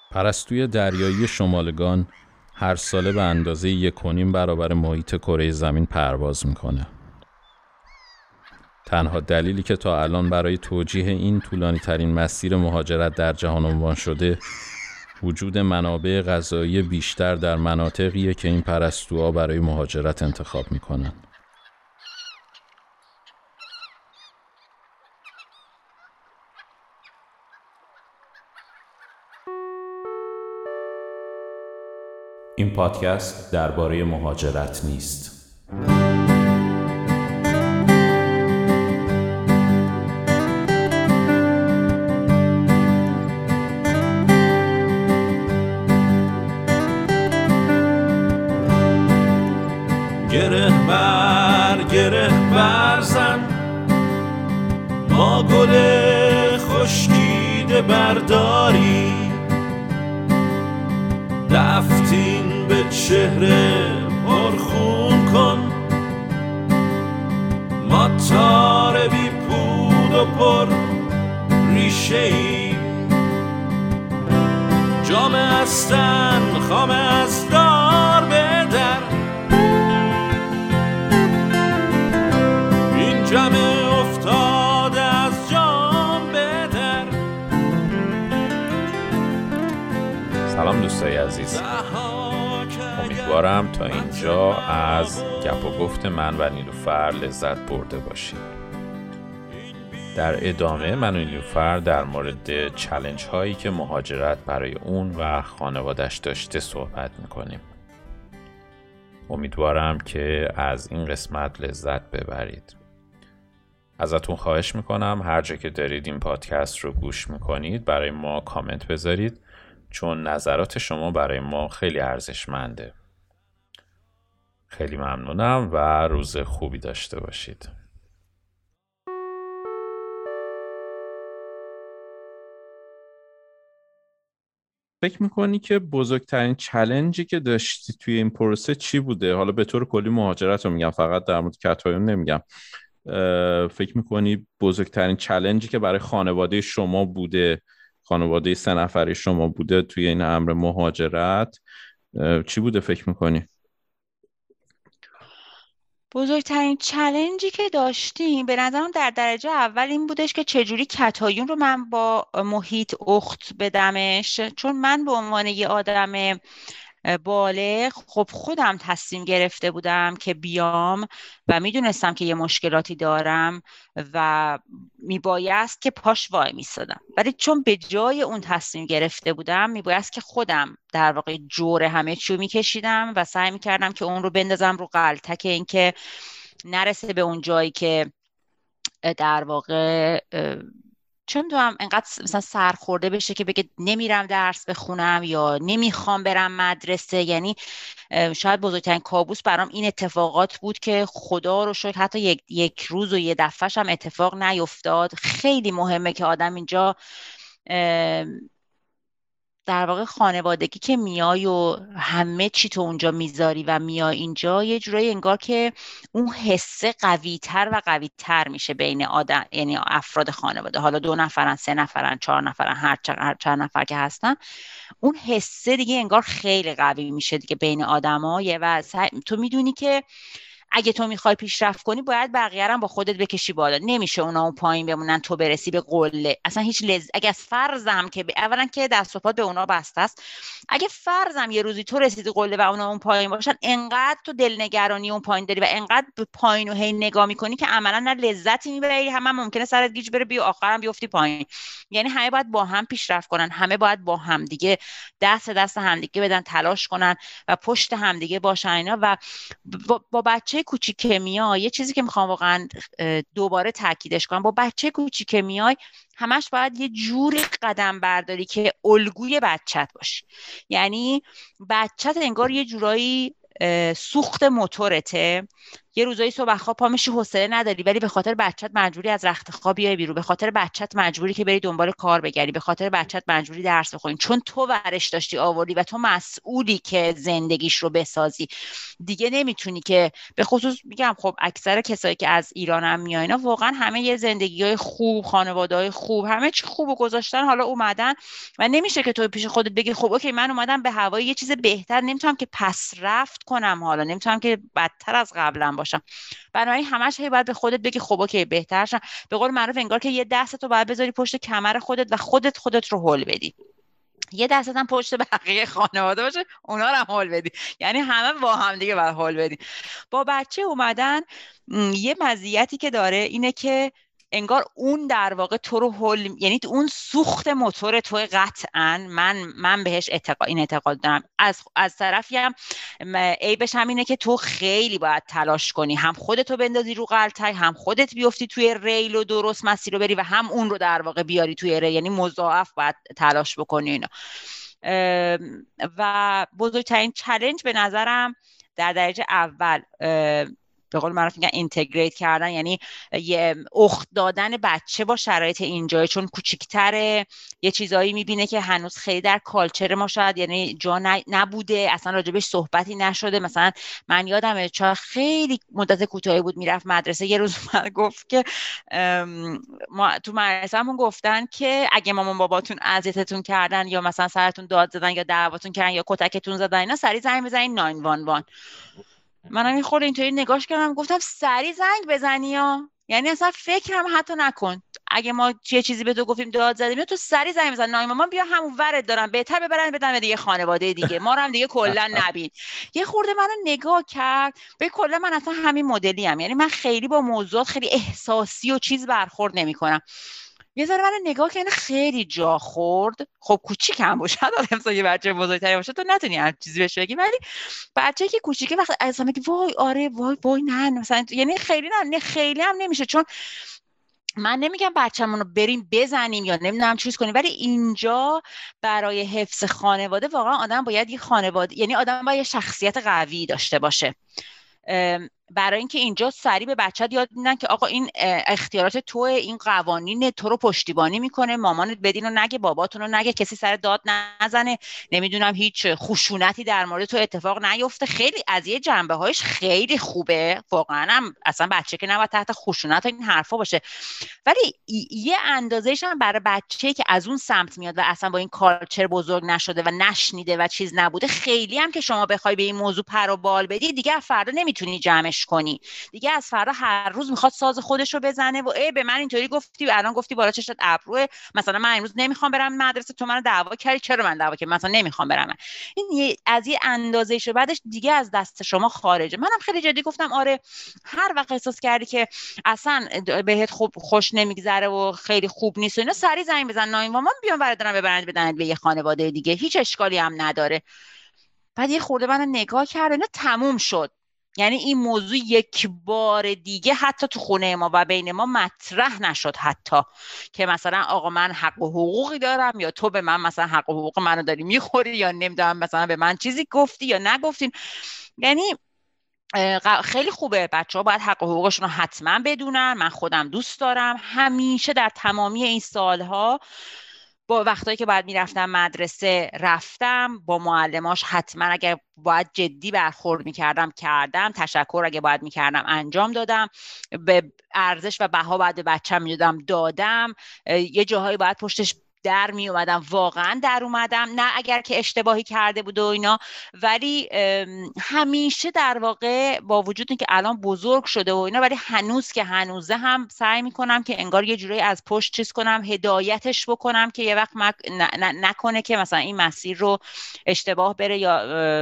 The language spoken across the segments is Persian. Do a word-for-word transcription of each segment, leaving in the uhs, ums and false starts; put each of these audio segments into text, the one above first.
پرستوی دریایی شمالگان هر ساله به اندازه یک و نیم برابر محیط کره زمین پرواز میکنه. تنها دلیلی که تا الان برای توجیه این طولانی ترین مسیر مهاجرت در جهان عنوان شده، وجود منابع غذایی بیشتر در مناطقیه که این پرستوها برای مهاجرت انتخاب میکنن. این پادکست درباره مهاجرت نیست. گره بر گره برزن، ما گل خشکیده برداری، دفتین به چهره پرخون کن، ما تار بی پود و پر ریشه ای، جام هستن خام از دار به در، این جمع افتاده از جام به در. سلام دوستای عزیز، امیدوارم تا اینجا از گپ و گفت من و نیلوفر لذت برده باشید. در ادامه من و نیلوفر در مورد چالش هایی که مهاجرت برای اون و خانوادش داشته صحبت میکنیم. امیدوارم که از این قسمت لذت ببرید. ازتون خواهش میکنم هر جا که دارید این پادکست رو گوش میکنید برای ما کامنت بذارید، چون نظرات شما برای ما خیلی ارزشمنده. خیلی ممنونم و روز خوبی داشته باشید. فکر میکنی که بزرگترین چالنجی که داشتی توی این پروسه چی بوده؟ حالا به طور کلی مهاجرت رو میگم، فقط در مورد کتایون نمیگم. فکر میکنی بزرگترین چالنجی که برای خانواده شما بوده، خانواده سه نفری شما بوده توی این امر مهاجرت چی بوده فکر میکنی؟ بزرگترین چالنجی که داشتیم به نظرم در درجه اول این بودش که چجوری کتایون رو من با محیط اخت بدمش، چون من به عنوان یه آدم بالغ خب خودم تصمیم گرفته بودم که بیام و میدونستم که یه مشکلاتی دارم و میبایست که پاش وای میستادم، ولی چون به جای اون تصمیم گرفته بودم میبایست که خودم در واقع جور همه چیو میکشیدم و سعی میکردم که اون رو بندازم رو غلطک، این که نرسه به اون جایی که در واقع چون تو هم انقدر مثلا سرخورده بشه که بگه نمیرم درس بخونم یا نمیخوام برم مدرسه. یعنی شاید بزرگترین کابوس برام این اتفاقات بود که خدا رو شکر حتی یک, یک روز و یه دفعهش هم اتفاق نیفتاد. خیلی مهمه که آدم اینجا در واقع خانوادگی که میای و همه چی تو اونجا میذاری و میای اینجا یه جورایی انگار که اون حسه قوی تر و قوی تر میشه بین آدم، یعنی افراد خانواده، حالا دو نفرن، سه نفرن، چهار نفرن، هر چند نفر که هستن، اون حسه دیگه انگار خیلی قوی میشه دیگه بین آدم‌ها. و تو میدونی که اگه تو میخوای پیشرفت کنی باید بقیه هم با خودت بکشی بالا، نمیشه اونا اون پایین بمونن تو برسی به قله. اصلا هیچ لز... اگه از فرضم که ب... اولا که دست و پات به اونا بسته است، اگه فرضم یه روزی تو رسیدی قله و اونا اون پایین باشن، انقدر تو دلنگرانی اون پایین داری و انقدر به پایین و هی نگاه میکنی که عملا نه لذتی میبری، هم, هم ممکنه سرت گیج بره بی آخرم بیفتی پایین. یعنی همه باید با هم پیشرفت کنن، همه باید با هم دیگه دست دست همدیگه بدن، تلاش کنن و پشت همدیگه باشن اینا. و با, با بچه کوچیک که میای، یه چیزی که میخوام واقعا دوباره تاکیدش کنم، با بچه کوچیک که میای همش باید یه جوری قدم برداری که الگوی بچت باشی. یعنی بچت انگار یه جورایی سوخت موتورته، یه روزایی صبح خواب پا میشی حوصله نداری، ولی به خاطر بچت مجبوری از رخت خواب بیای بیرون، به خاطر بچت مجبوری که بری دنبال کار بگردی، به خاطر بچت مجبوری درس بخونی، چون تو ورش داشتی آوردی و تو مسئولی که زندگیش رو بسازی. دیگه نمیتونی که، به خصوص میگم خب اکثر کسایی که از ایران هم میان اینا واقعا همه یه زندگی‌های خوب، خانواده‌های خوب، همه چی خوبو گذاشتن، حالا اومدن و نمیشه که تو پیش خودت بگی خب اوکی من اومدم به هوای یه چیز بهتر، نمیتونم که پس رفت کنم، حالا نمیتونم که بدتر از قبلا باشم. بنابراین همش هی باید به خودت بگی خب اوکی بهتر شم. به قول معروف انگار که یه دستتو باید بذاری پشت کمر خودت و خودت خودت رو هول بدی، یه دستت هم پشت بقیه خانواده باشه اونا رو هم هول بدی، یعنی همه با هم دیگه باید هول بدی. با بچه اومدن یه مزیتی که داره اینه که انگار اون در واقع تو رو هول، یعنی اون سوخت موتور توی قطعا، من من بهش اعتقاد این اعتقاد دارم. از از طرفی هم عیبش هم اینه که تو خیلی باید تلاش کنی، هم خودتو بندازی رو قلتک، هم خودت بیفتی توی ریل و درست مسیر رو بری و هم اون رو در واقع بیاری توی ریل، یعنی مضاعف باید تلاش بکنی اینا. و بزرگترین چالش به نظرم در درجه اول به قول معروف میگن اینتگریت کردن، یعنی یه اخت دادن بچه با شرایط اینجا، چون کوچیک‌تره، یه چیزایی میبینه که هنوز خیلی در کالچر ما شاید یعنی جا نبوده، اصلا راجبش صحبتی نشده. مثلا من یادمه چون خیلی مدت کوتاهی بود میرفت مدرسه، یه روز من گفت که ما تو مدرسه‌مون گفتن که اگه مامان باباتون اذیتتون کردن یا مثلا سرتون داد زدن یا دعواتون کردن یا کتکتون زدن اینا، سریع زنگ بزنین نه یک یک. منم این خورده اینطوری نگاش کردم، گفتم سری زنگ بزنی ها، یعنی اصلا فکرم حتی نکن، اگه ما چه چیزی به تو گفتیم داد زدیم تو سری زنگ بزن نای مامان بیا همون ورد دارم، بهتر ببرن بدن دیگه خانواده دیگه، ما رو هم دیگه کلا نبین. یه خورده منو نگاه کرد، به کلا من اصلا همین مدلی ام، یعنی من خیلی با موضوعات خیلی احساسی و چیز برخورد نمیکنم. یه ذره من نگاه کنه خیلی جا خورد. خب کوچیکم باشه، حالا مثلا یه بچه بزرگتری باشه تو نتونی هر چیزی بهش بگی، ولی بچه‌ای که کوچیکه وقتی اصلا میگه وای آره وای وای نه مثلا، یعنی خیلی نه, نه خیلی هم نمیشه، چون من نمیگم بچه‌مون رو بریم بزنیم یا نمیدونم چیز کنیم، ولی اینجا برای حفظ خانواده واقعا آدم باید یه خانواده، یعنی آدم باید یه شخصیت قوی داشته باشه، برای اینکه اینجا سریع به بچه‌ت یاد میدن که آقا این اختیارات توه، این قوانین تو رو پشتیبانی میکنه، مامانت بدین و نگه، باباتون رو نگه، کسی سر داد نزنه، نمیدونم هیچ خشونتی در مورد تو اتفاق نیفته. خیلی از یه جنبه هایش خیلی خوبه واقعا، هم اصلا بچه که نباید تحت خشونت و این حرفا باشه، ولی یه اندازه‌اش هم برای بچه‌ای که از اون سمت میاد و اصلا با این کالچر بزرگ نشده و نشنیده و چیز نبوده، خیلی هم که شما بخوای به این موضوع پر و بال بدی دیگه فردا نمیتونی جمعش کنی، دیگه از فردا هر روز میخواد ساز خودش رو بزنه و ای به من اینطوری گفتی الان گفتی بالا چشت ابروه، مثلا من امروز نمیخوام برم مدرسه تو منو دعوا کردی، چرا من دعوا کردم، مثلا نمیخوام برم. این از یه اندازه شو بعدش دیگه از دست شما خارجه. منم خیلی جدی گفتم آره، هر وقت احساس کردی که اصلا بهت خوب خوش نمیگذره و خیلی خوب نیست و اینا، سری زنگ بزن نای مامان بیان بردارن ببرند بدنت به یه خانواده دیگه، هیچ اشکالی هم نداره. بعد یه خورده منو نگاه کرد، اینا تموم شد، یعنی این موضوع یک بار دیگه حتی تو خونه ما و بین ما مطرح نشد، حتی که مثلا آقا من حق و حقوقی دارم یا تو به من مثلا حق و حقوق منو داری میخوری یا نمیدونم مثلا به من چیزی گفتی یا نگفتین. یعنی خیلی خوبه، بچه ها باید حق و حقوقشون رو حتما بدونن، من خودم دوست دارم همیشه در تمامی این سالها با وقتایی که باید میرفتم مدرسه رفتم، با معلماش حتما اگر باید جدی برخورد میکردم کردم، تشکر اگه باید میکردم انجام دادم، به ارزش و بها باید به بچه‌م میدادم دادم، یه جاهایی باید پشتش در می اومدم واقعا در اومدم، نه اگر که اشتباهی کرده بود و اینا، ولی همیشه در واقع با وجود اینکه الان بزرگ شده و اینا، ولی هنوز که هنوزه هم سعی میکنم که انگار یه جوری از پشت چیز کنم، هدایتش بکنم که یه وقت مک... ن... ن... نکنه که مثلا این مسیر رو اشتباه بره، یا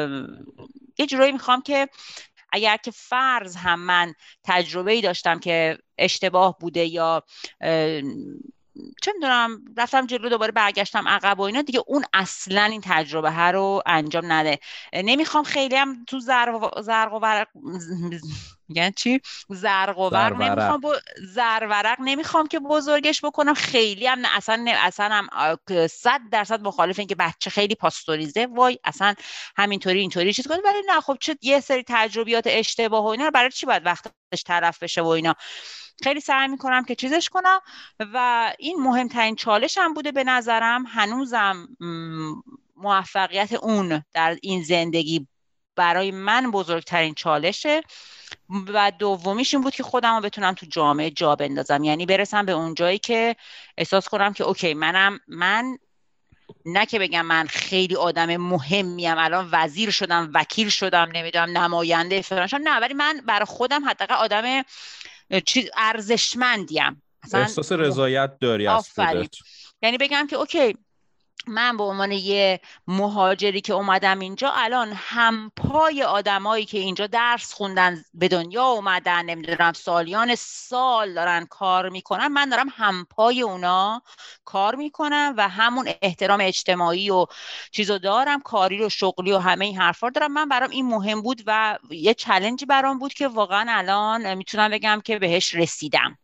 یه جوری میخوام که اگر که فرض هم من تجربه‌ای داشتم که اشتباه بوده یا چه میدونم رفتم جلو دوباره برگشتم عقب و اینا دیگه، اون اصلا این تجربه ها رو انجام نده. نمیخوام خیلی هم تو زرق و زرق و برق میگن چی زرق و برق زرورق نمیخوام ب... زرورق نمیخوام که بزرگش بکنم خیلی هم نه، اصلا نه، اصلا هم صد درصد مخالف این که بچه خیلی پاستوریزه وای اصلا همینطوری اینطوری چیز کنه، ولی نه خب چه یه سری تجربیات اشتباه و اینا برای چی باید وقتش تلف بشه و اینا. خیلی سعی میکنم که چیزش کنم و این مهمترین چالش هم بوده به نظرم، هنوزم موفقیت اون در این زندگی برای من بزرگترین چالشه. و دومیش این بود که خودم رو بتونم تو جامعه جا بندازم، یعنی برسم به اون جایی که احساس کنم که اوکی منم من نه که بگم من خیلی آدم مهمیم الان وزیر شدم وکیل شدم نمیدونم نماینده فلان شدم، نه ولی من برای خودم حداقل آدم چیز ارزشمندیم، احساس رضایت داری از خودت، یعنی بگم که اوکی من به عنوان یه مهاجری که اومدم اینجا الان همپای آدمایی که اینجا درس خوندن به دنیا اومدن نمیدونم سالیان سال دارن کار میکنن، من دارم همپای اونا کار میکنم و همون احترام اجتماعی و چیزو دارم، کاری و شغلی و همه این حرفا دارم. من برام این مهم بود و یه چالنجی برام بود که واقعا الان میتونم بگم که بهش رسیدم.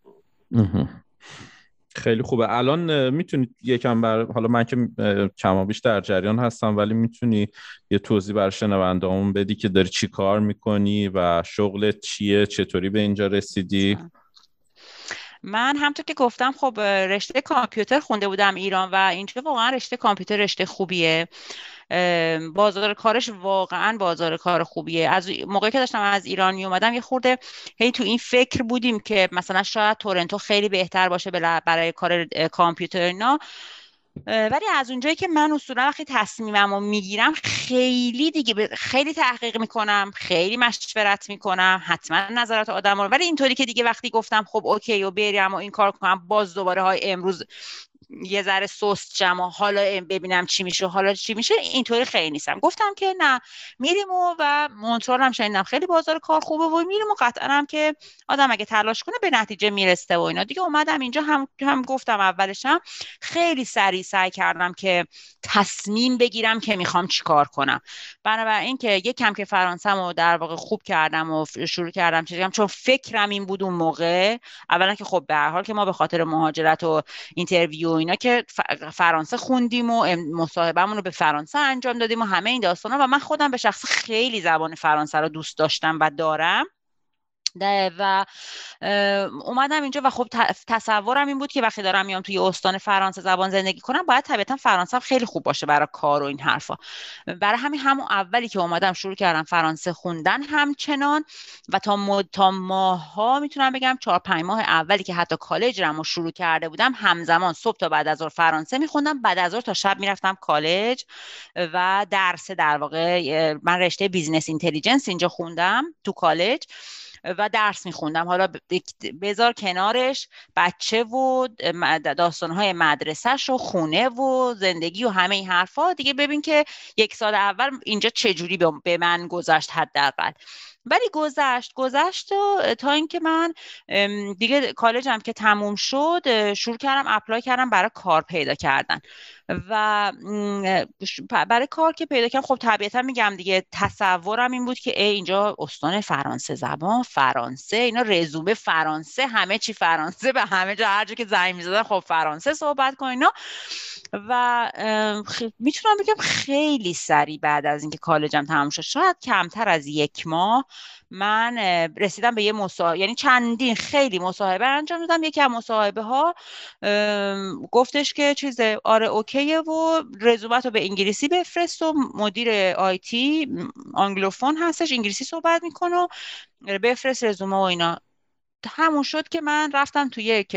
خیلی خوبه. الان میتونی یکم بر حالا من که کما بیش در جریان هستم ولی میتونی یه توضیح بر شنوندهامون بدی که داری چی کار میکنی و شغلت چیه، چطوری به اینجا رسیدی؟ من همونطور که گفتم خب رشته کامپیوتر خونده بودم ایران و اینجا واقعا رشته کامپیوتر رشته خوبیه، بازار کارش واقعا بازار کار خوبیه. از موقعی که داشتم از ایران می اومدم یه خورده هی تو این فکر بودیم که مثلا شاید تورنتو خیلی بهتر باشه برای کار کامپیوتر اینا، ولی از اونجایی که من اصولا وقتی تصمیممو میگیرم خیلی دیگه خیلی تحقیق میکنم، خیلی مشورت میکنم، حتما نظرات آدم رو، ولی اینطوری که دیگه وقتی گفتم خب اوکی و بریم و این کار کنم باز دوباره های امروز یه ذره سست جمع حالا ببینم چی میشه حالا چی میشه اینطوری خیلی نیستم. گفتم که نه میریم و, و مونترال هم شنیدم خیلی بازار کار خوبه و میریم و قطعا هم که آدم اگه تلاش کنه به نتیجه میرسه و اینا دیگه. اومدم اینجا هم هم گفتم اولش هم خیلی سریع سعی کردم که تصمیم بگیرم که میخوام چی کار کنم، بنابراین که یک کم که فرانسه‌مو در واقع خوب کردم و شروع کردم چیزام، چون فکرم این بود اون موقع اولا که خب به هر حال که ما به خاطر مهاجرت و اینترویو اینا که فرانسه خوندیم و مصاحبهمون رو به فرانسه انجام دادیم و همه این داستانا و من خودم به شخص خیلی زبان فرانسه رو دوست داشتم و دارم و اومدم اینجا و خب تصورم این بود که وقتی دارم میام توی استان فرانسه زبان زندگی کنم باید طبیعتا فرانسه خیلی خوب باشه برای کار و این حرفا. برای همین همون اولی که اومدم شروع کردم فرانسه خوندن همچنان و تا مد... تا ماها میتونم بگم چهار پنج ماه اولی که حتی کالج رو شروع کرده بودم همزمان صبح تا بعد از ظهر فرانسه میخوندم، بعد از ظهر تا شب میرفتم کالج و درس در واقع من رشته بیزنس اینتلیجنس اینجا خوندم تو کالج و درس میخوندم. حالا بذار کنارش بچه و داستانهای مدرسهش و خونه و زندگی و همه این حرفا دیگه، ببین که یک سال اول اینجا چجوری به من گذشت حداقل. ولی گذشت گذشت و تا اینکه من دیگه کالجم که تموم شد شروع کردم اپلای کردم برای کار پیدا کردن و برای کار که پیدا کردم خب طبیعتا میگم دیگه تصورم این بود که ای اینجا استان فرانسه زبان فرانسه اینا رزومه فرانسه همه چی فرانسه به همه جا هر جا که زنگ میزدن خب فرانسه صحبت کن اینا. و میتونم بگم خیلی سریع بعد از اینکه کالجم تموم شد شاید کمتر از یک ماه من رسیدم به یه مصاحبه، یعنی چندین خیلی مصاحبه انجام دادم. یکی از مصاحبه ها گفتش که چیز آره اوکیه و رزومت رو به انگلیسی بفرست و مدیر آیتی آنگلوفون هستش انگلیسی صحبت میکنه و بفرست رزومه و اینا. همون شد که من رفتم توی یک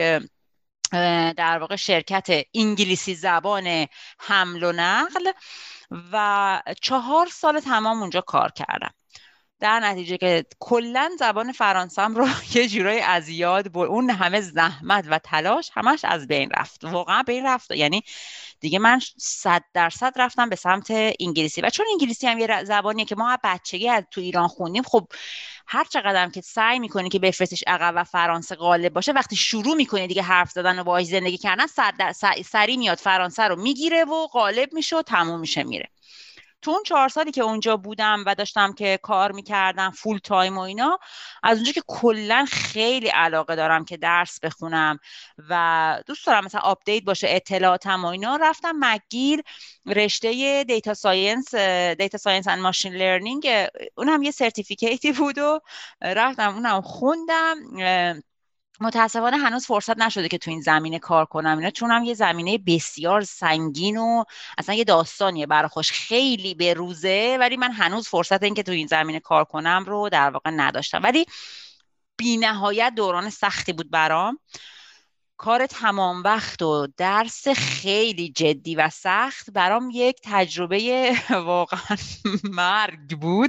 در واقع شرکت انگلیسی زبان حمل و نقل و چهار سال تمام اونجا کار کردم. در نتیجه که کلا زبان فرانسم رو یه جورایی از یاد برد. اون همه زحمت و تلاش همش از بین رفت، واقعا بین رفت. یعنی دیگه من صد درصد رفتم به سمت انگلیسی و چون انگلیسی هم یه زبانیه که ما از بچگی از تو ایران خوندیم، خب هر چقدر که سعی میکنی که بفرستیش عقب و فرانسه غالب باشه، وقتی شروع میکنی دیگه حرف زدن و باهاش زندگی کردن، صد سری میاد فرانسه رو میگیره و غالب میشه و تموم میشه میره. تو اون چهار سالی که اونجا بودم و داشتم که کار میکردم فول تایم و اینا، از اونجا که کلا خیلی علاقه دارم که درس بخونم و دوست دارم مثلا آپدیت باشه اطلاعاتم و اینا، رفتم مگیل رشته دیتا ساینس دیتا ساینس اند ماشین لرنینگ، اونم یه سرتیفیکیتی بود و رفتم اونم خوندم. متاسفانه هنوز فرصت نشده که تو این زمینه کار کنم اینا، چون هم یه زمینه بسیار سنگین و اصلا یه داستانیه برای خوش، خیلی به روزه، ولی من هنوز فرصت این که تو این زمینه کار کنم رو در واقع نداشتم. ولی بی نهایت دوران سختی بود برام، کار تمام وقت و درس خیلی جدی و سخت، برام یک تجربه واقعا مرگ بود.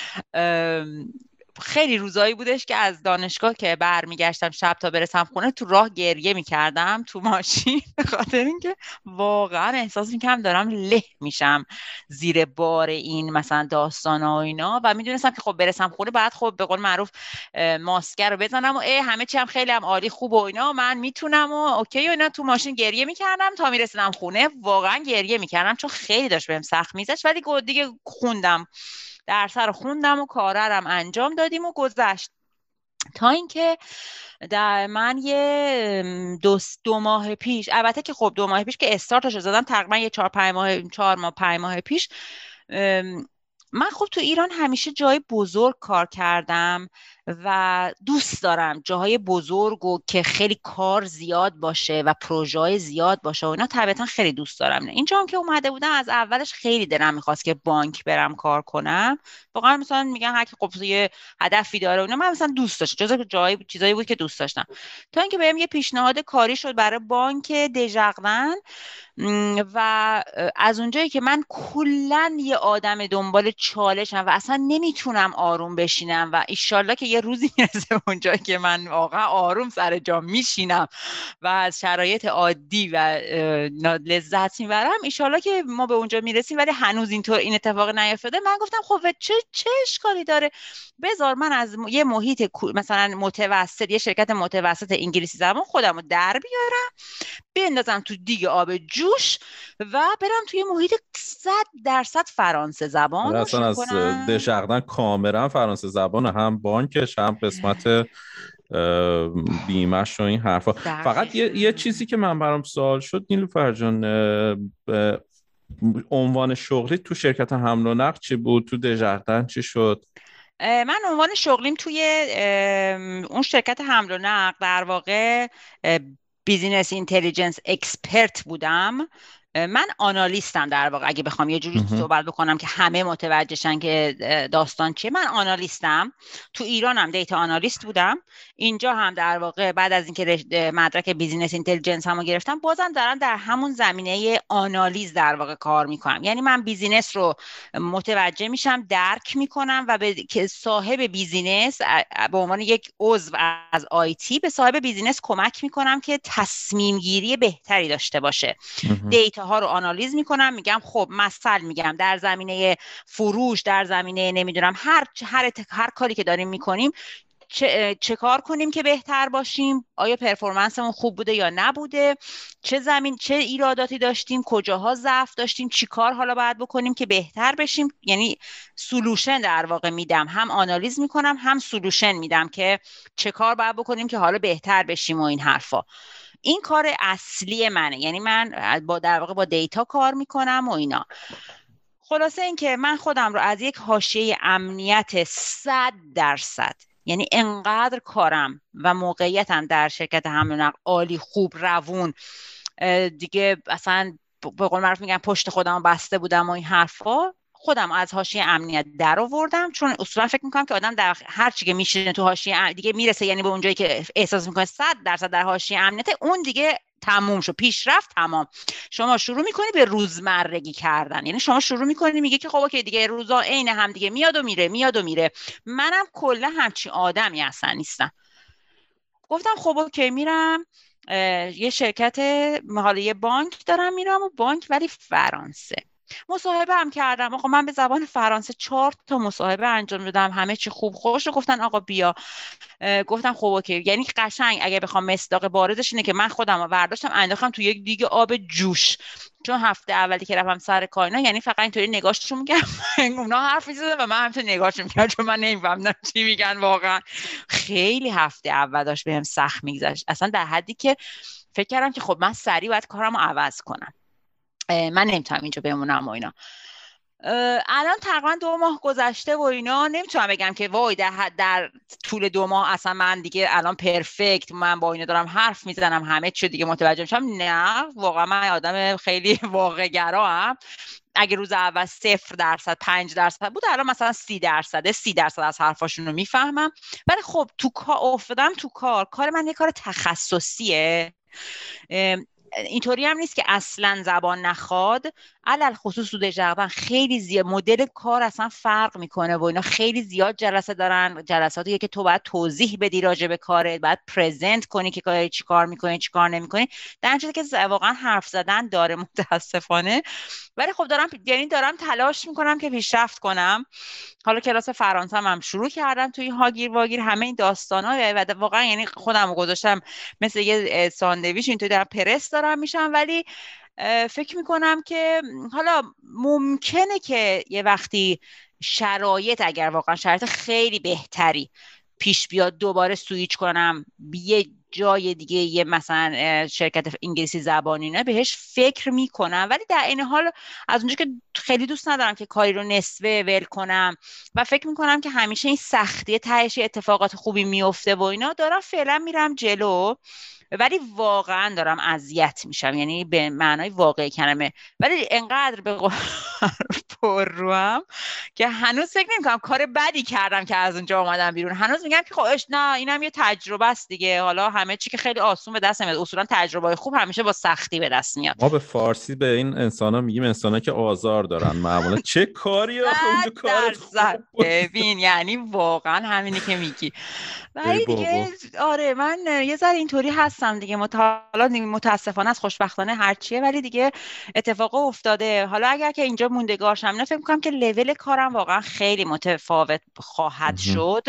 خیلی روزایی بودش که از دانشگاه که برمیگشتم شب تا برسم خونه تو راه گریه میکردم تو ماشین، به خاطر اینکه واقعا احساس میکردم دارم له میشم زیر بار این مثلا داستانا و اینا، و میدونستم که خب برسم خونه بعد خب به قول معروف ماسکر رو بزنم و ای همه چی هم خیلی هم عالی خوب و اینا، من میتونم و اوکی و اینا. تو ماشین گریه میکردم تا میرسیدم خونه، واقعا گریه میکردم چون خیلی داشت بهم سخت میذاشت، ولی دیگه خوندم، درس رو خوندم و کارم انجام دادیم و گذشت. تا اینکه در من یه دو, دو ماه پیش، البته که خب دو ماه پیش که استارتش زدم، تقریبا یه چهار پنج ماه چهار ماه پنج ماه پیش، من خب تو ایران همیشه جای بزرگ کار کردم و دوست دارم جاهای بزرگ و که خیلی کار زیاد باشه و پروژه زیاد باشه و اینا، طبیعتا خیلی دوست دارم. نه اینجا هم که اومده بودم از اولش خیلی دلم میخواست که بانک برم کار کنم، واقعا مثلا میگن هر کی خب یه هدفی داره اینا، من مثلا دوست داشتم، جزو جای چیزایی بود که دوست داشتم. تا اینکه بهم یه پیشنهاد کاری شد برای بانک دژقن و از اونجایی که من کلا یه آدم دنبال چالشم و اصلا نمیتونم آروم بشینم و ایشالله که یه روزی میرسه اونجایی که من واقعا آروم سر جا میشینم و از شرایط عادی و لذت میبرم، ایشالله که ما به اونجا میرسیم، ولی هنوز اینطور این اتفاق نیفتاده. من گفتم خب چه چه اشکالی داره، بذار من از یه محیط مثلا متوسط، یه شرکت متوسط انگلیسی زبان خودم رو در بیارم، بندازم تو دیگ آب جوش و برم توی محیط صد درصد فرانسه زبان رو اصلا از دژقن کاملا فرانسه زبان، هم بانکش هم قسمت بیمه‌ش و این حرفا. فقط یه،, یه چیزی که من برام سوال شد نیلوفر جان، عنوان شغلی تو شرکت حمل و نقل چی بود؟ تو دژقن چی شد؟ من عنوان شغلیم توی اون شرکت حمل و نقل در واقع بیزینس اینتلیجنس اکسپرت بودم. من آنالیستم در واقع، اگه بخوام یه جوری صحبت بکنم که همه متوجهشن که داستان چیه، من آنالیستم. تو ایرانم دیتا آنالیست بودم، اینجا هم در واقع بعد از اینکه مدرک بیزینس اینتلیجنس همو گرفتم، بازم دارم در همون زمینه آنالیز در واقع کار میکنم. یعنی من بیزینس رو متوجه میشم، درک میکنم و به صاحب بیزینس به عنوان یک عضو از آیتی به صاحب بیزینس کمک میکنم که تصمیم گیری بهتری داشته باشه. دیتا ها رو آنالیز میکنم، میگم خب مثلا میگم در زمینه فروش، در زمینه نمیدونم هر هر هر کاری که داریم میکنیم چه, چه کار کنیم که بهتر باشیم، آیا پرفورمنسمون خوب بوده یا نبوده، چه زمین چه ایراداتی داشتیم، کجاها ضعف داشتیم، چی کار حالا باید بکنیم که بهتر بشیم. یعنی سولوشن در واقع میدم، هم آنالیز میکنم هم سولوشن میدم که چه کار باید بکنیم که حالا بهتر بشیم و این حرفا. این کار اصلی منه، یعنی من با در واقع با دیتا کار میکنم و اینا. خلاصه این که من خودم رو از یک حاشیه امنیت صد درصد، یعنی انقدر کارم و موقعیتم در شرکت حمل و نقل عالی، خوب، روون، دیگه اصلا به قول معروف میگن پشت خودم بسته بودم و این حرفا، خودم از حاشیه امنیت در آوردم. چون اصولا فکر میکنم که آدم در هر چی که میشینه تو حاشیه دیگه میرسه، یعنی به اونجایی که احساس میکنه صد درصد در حاشیه امنیت، اون دیگه تموم شد، پیشرفت تمام. شما شروع میکنی به روزمرگی کردن، یعنی شما شروع میکنی میگه که خب اوکی دیگه روزا عین هم دیگه میاد و میره میاد و میره. منم کلا همچین آدمی اصلا نیستم. گفتم خب اوکی میرم یه شرکت، حالا یه بانک دارم میرم و بانک ولی فرانسه. مصاحبه هم کردم. آقا من به زبان فرانسه چهار تا مصاحبه انجام دادم، همه چی خوب خوش. گفتن آقا بیا. گفتم خب اوکی. یعنی قشنگ اگه بخوام مصداق بارزش اینه که من خودم رو برداشتم انداختم تو یک دیگه آب جوش. چون هفته اولی که رفتم سر کارنا یعنی فقط اینطوری نگاهشون می‌کردم، اونا حرف می‌زدن و من همینطوری نگاهشون می‌کردم چون من نمی‌فهمیدم چی میگن. واقعا خیلی هفته اول داشت بهم سخت می‌گذشت، اصلا در حدی که فکر کردم که خب من سریع باید کارمو عوض کنم، من نمیتونم اینجا بمونم و اینا. الان تقریبا دو ماه گذشته و اینا، نمیتونم بگم که وای در, در طول دو ماه اصلا من دیگه الان پرفکت من با اینا دارم حرف میزنم همه چی دیگه متوجه میشم. نه واقعا من آدم خیلی واقع گرام. اگه روز اول صفر درصد پنج درصد بود الان مثلا سی درصد سی درصد از حرفاشون رو میفهمم. ولی خب تو کار افتادم، تو کار کار من یه کار تخصصیه، اینطوری هم نیست که اصلا زبان نخواد. علل خصوص سود جغدن خیلی زیاد مدل کار اصلا فرق میکنه و اینا خیلی زیاد جلسه دارن، جلساتیه که تو باید توضیح بدی راجع به کارت، باید پرزنت کنی که کاری چی کار میکنی چی کار نمیکنی، در نتیجه که واقعا حرف زدن داره متاسفانه. ولی خب دارم یعنی دارم تلاش میکنم که پیشرفت کنم. حالا کلاس فرانسه هم شروع کردم توی هاگیر واگیر، همه این داستانا و واقعا یعنی خودم رو گذاشتم مثل یه ساندویچ اینطوری دارم پرس دارم میشم. ولی فکر میکنم که حالا ممکنه که یه وقتی شرایط اگر واقعا شرایط خیلی بهتری پیش بیاد دوباره سویچ کنم یه جای دیگه، یه مثلا شرکت انگلیسی زبانی، نه بهش فکر میکنم. ولی در این حال از اونجا که خیلی دوست ندارم که کاری رو نصفه ول کنم و فکر میکنم که همیشه این سختی تهش اتفاقات خوبی میفته و اینا، دارم فعلا میرم جلو. ولی واقعا دارم اذیت میشم، یعنی به معنای واقعی کلمه. ولی انقدر به پر روام که هنوز فکر نمی‌کنم کار بدی کردم که از اونجا اومدم بیرون. هنوز میگم که خب نه اینم یه تجربه است دیگه، حالا همه چی که خیلی آسون به دست نمیاد. اصولا تجربه خوب همیشه با سختی به دست میاد. ما به فارسی به این انسانا میگیم انسانا که آزار دارن معمولا. چه کاری آخه اونجا کارت ببین یعنی واقعا همینی که میگی. ولی دیگه آره من یه ذره اینطوری هستم دیگه. حالا متاسفانه از خوشبختانه هرچیه، ولی دیگه اتفاق افتاده. حالا اگر که اینجا موندگارشم نه فکر می‌کنم که لول کارم واقعا خیلی متفاوت خواهد شد.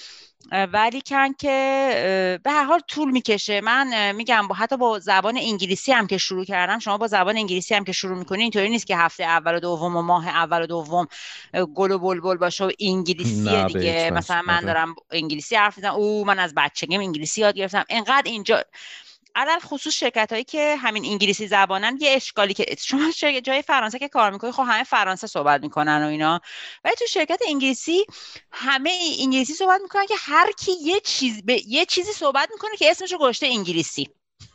ولی کن که به هر حال طول میکشه. من میگم با حتی با زبان انگلیسی هم که شروع کردم، شما با زبان انگلیسی هم که شروع میکنین اینطوری نیست که هفته اول و دوم و ماه اول و دوم گل و بلبل باشه و انگلیسی دیگه. مثلا من دارم انگلیسی حرف میزنم، او من از بچگیم انگلیسی یاد گرفتم. انقدر اینجا علل خصوص شرکت هایی که همین انگلیسی زبانن یه اشکالی که شما جای فرانسه که کار میکنی خب همه فرانسه صحبت میکنن و اینا، ولی تو شرکت انگلیسی همه انگلیسی صحبت میکنن که هر کی یه چیز به یه چیزی صحبت میکنه که اسمشو گذاشته انگلیسی.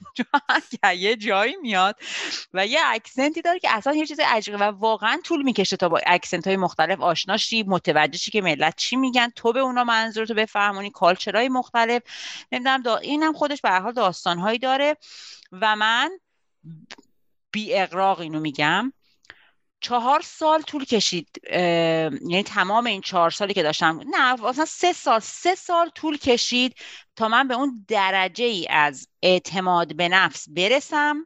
چون یه جایی میاد و یه اکسنتی داره که اصلا یه چیز عجیبه و واقعا طول میکشه تا با اکسنت های مختلف آشنا شی، متوجه شی که ملت چی میگن، تو به اونا منظورتو بفهمونی، کالچرهای مختلف. نمیدونم دا... اینم خودش به هر حال داستانهایی داره. و من بی اغراق اینو میگم چهار سال طول کشید، یعنی تمام این چهار سالی که داشتم، نه اصلا سه سال سه سال طول کشید تا من به اون درجه ای از اعتماد به نفس برسم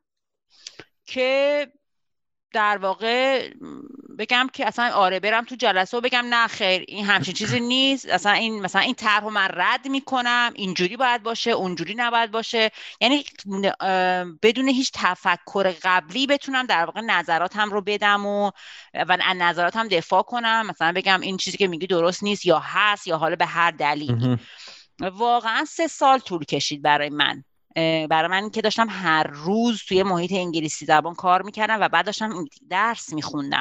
که در واقع بگم که اصلا آره برم تو جلسه و بگم نه خیر این همچین چیزی نیست، اصلا این مثلا این طرحو من رد میکنم، اینجوری باید باشه اونجوری نباید باشه. یعنی بدون هیچ تفکر قبلی بتونم در واقع نظراتم رو بدم و و از نظراتم دفاع کنم، مثلا بگم این چیزی که میگی درست نیست یا هست یا حالا به هر دلیلی. واقعا سه سال طول کشید برای من. برای من که داشتم هر روز توی محیط انگلیسی زبان کار میکردم و بعد داشتم درس میخوندم.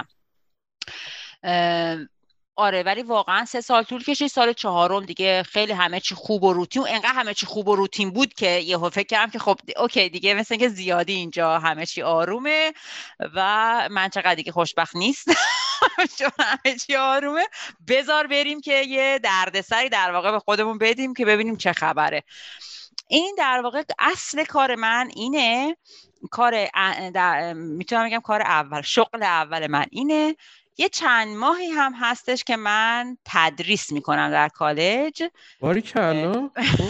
آره ولی واقعا سه سال طول کشید. سال چهارم دیگه خیلی همه چی خوب و روتین، انقدر همه چی خوب و روتین بود که یهو فکر کردم که خب اوکی دیگه مثل اینکه زیادی اینجا همه چی آرومه و من چقدر دیگه خوشبخت نیستم چون همه چی آرومه، بذار بریم که یه دردسری در واقع به خودمون بدیم که ببینیم چه خبره. این در واقع اصل کار من اینه، کار میتونم بگم کار اول، شغل اول من اینه. یه چند ماهی هم هستش که من تدریس میکنم در کالج. باریکلا.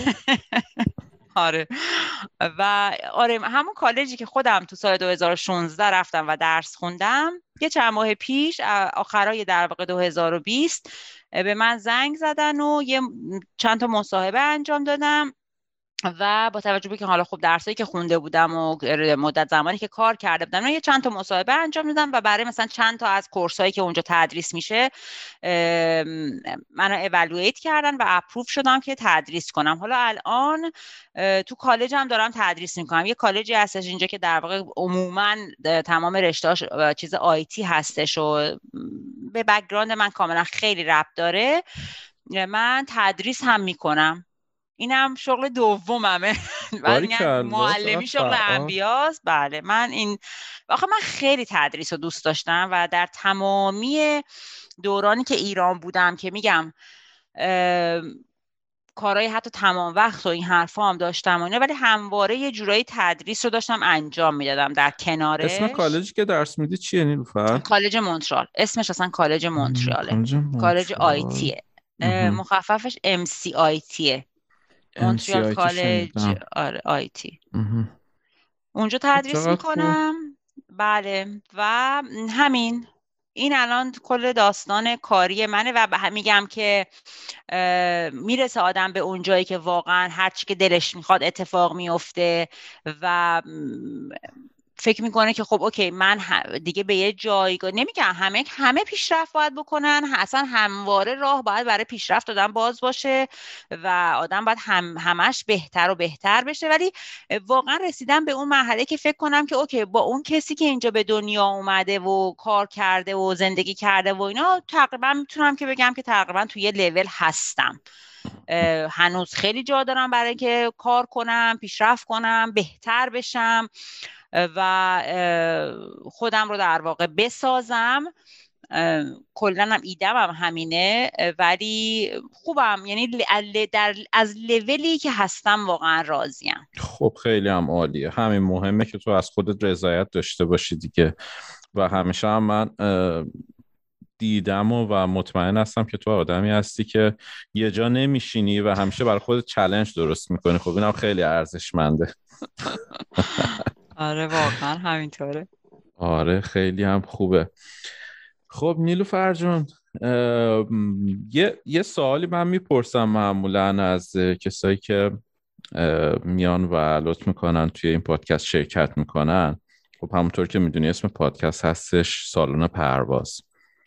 آره و آره همون کالجی که خودم تو سال دو هزار و شانزده رفتم و درس خوندم، یه چند ماه پیش آخرای در واقع دو هزار و بیست به من زنگ زدن و یه چند تا مصاحبه انجام دادم و با توجه به که حالا خب درسایی که خونده بودم و مدت زمانی که کار کرده بودم یه چند تا مصاحبه انجام دادم و برای مثلا چند تا از کورسایی که اونجا تدریس میشه منو اِوالوییت کردن و اپروو شدم که تدریس کنم. حالا الان تو کالجم دارم تدریس میکنم. یه کالجی هستش اینجا که در واقع عموما تمام رشته‌اش چیز آیتی هستش و به بک‌گراند من کاملا خیلی ربط داره. من تدریس هم میکنم، اینم شغل دوممه. من معلمی شغل انبیاست. بله من این واقعا من خیلی تدریس رو دوست داشتم و در تمامی دورانی که ایران بودم که میگم کارهای حتی تمام وقت و این حرفا هم داشتم و اینا، ولی همواره یه جورایی تدریس رو داشتم انجام میدادم در کنارش. اسم کالجی که درس میدی چیه نیلوفر؟ کالج مونترال. اسمش اصلا کالج مونتراله. کالج آیتیه. مخففش ام سی آی تیه. مونترال کالج آره آیتی. اونجا تدریس میکنم. بله و همین این الان کل داستان کاری منه و میگم که میرسه آدم به اون جایی که واقعا هر چی که دلش میخواد اتفاق میفته و فکر میکنه که خب اوکی من دیگه به یه جایگاه، نمیگم همه همه پیشرفت باید بکنن، اصلا همواره راه باید برای پیشرفت آدم باز باشه و آدم باید هم همش بهتر و بهتر بشه، ولی واقعا رسیدم به اون مرحله که فکر کنم که اوکی با اون کسی که اینجا به دنیا اومده و کار کرده و زندگی کرده و اینا تقریبا میتونم که بگم که تقریبا توی یه لول هستم. هنوز خیلی جا دارم برای که کار کنم، پیشرفت کنم، بهتر بشم و خودم رو در واقع بسازم. کلن هم ایدم هم همینه، ولی خوبم، یعنی در از لولی که هستم واقعا راضیم. خب خیلی هم عالیه. همین مهمه که تو از خودت رضایت داشته باشی دیگه. و همیشه هم من دیدم و, و مطمئن هستم که تو آدمی هستی که یه جا نمیشینی و همیشه برای خودت چالش درست میکنی. خب اینم خیلی ارزشمنده. آره واقعا همینطوره. آره خیلی هم خوبه. خب نیلوفر جون، یه یه سوالی من میپرسم معمولا از کسایی که میان و لطف میکنن توی این پادکست شرکت میکنن. خب همونطور که میدونی اسم پادکست هستش سالن پرواز.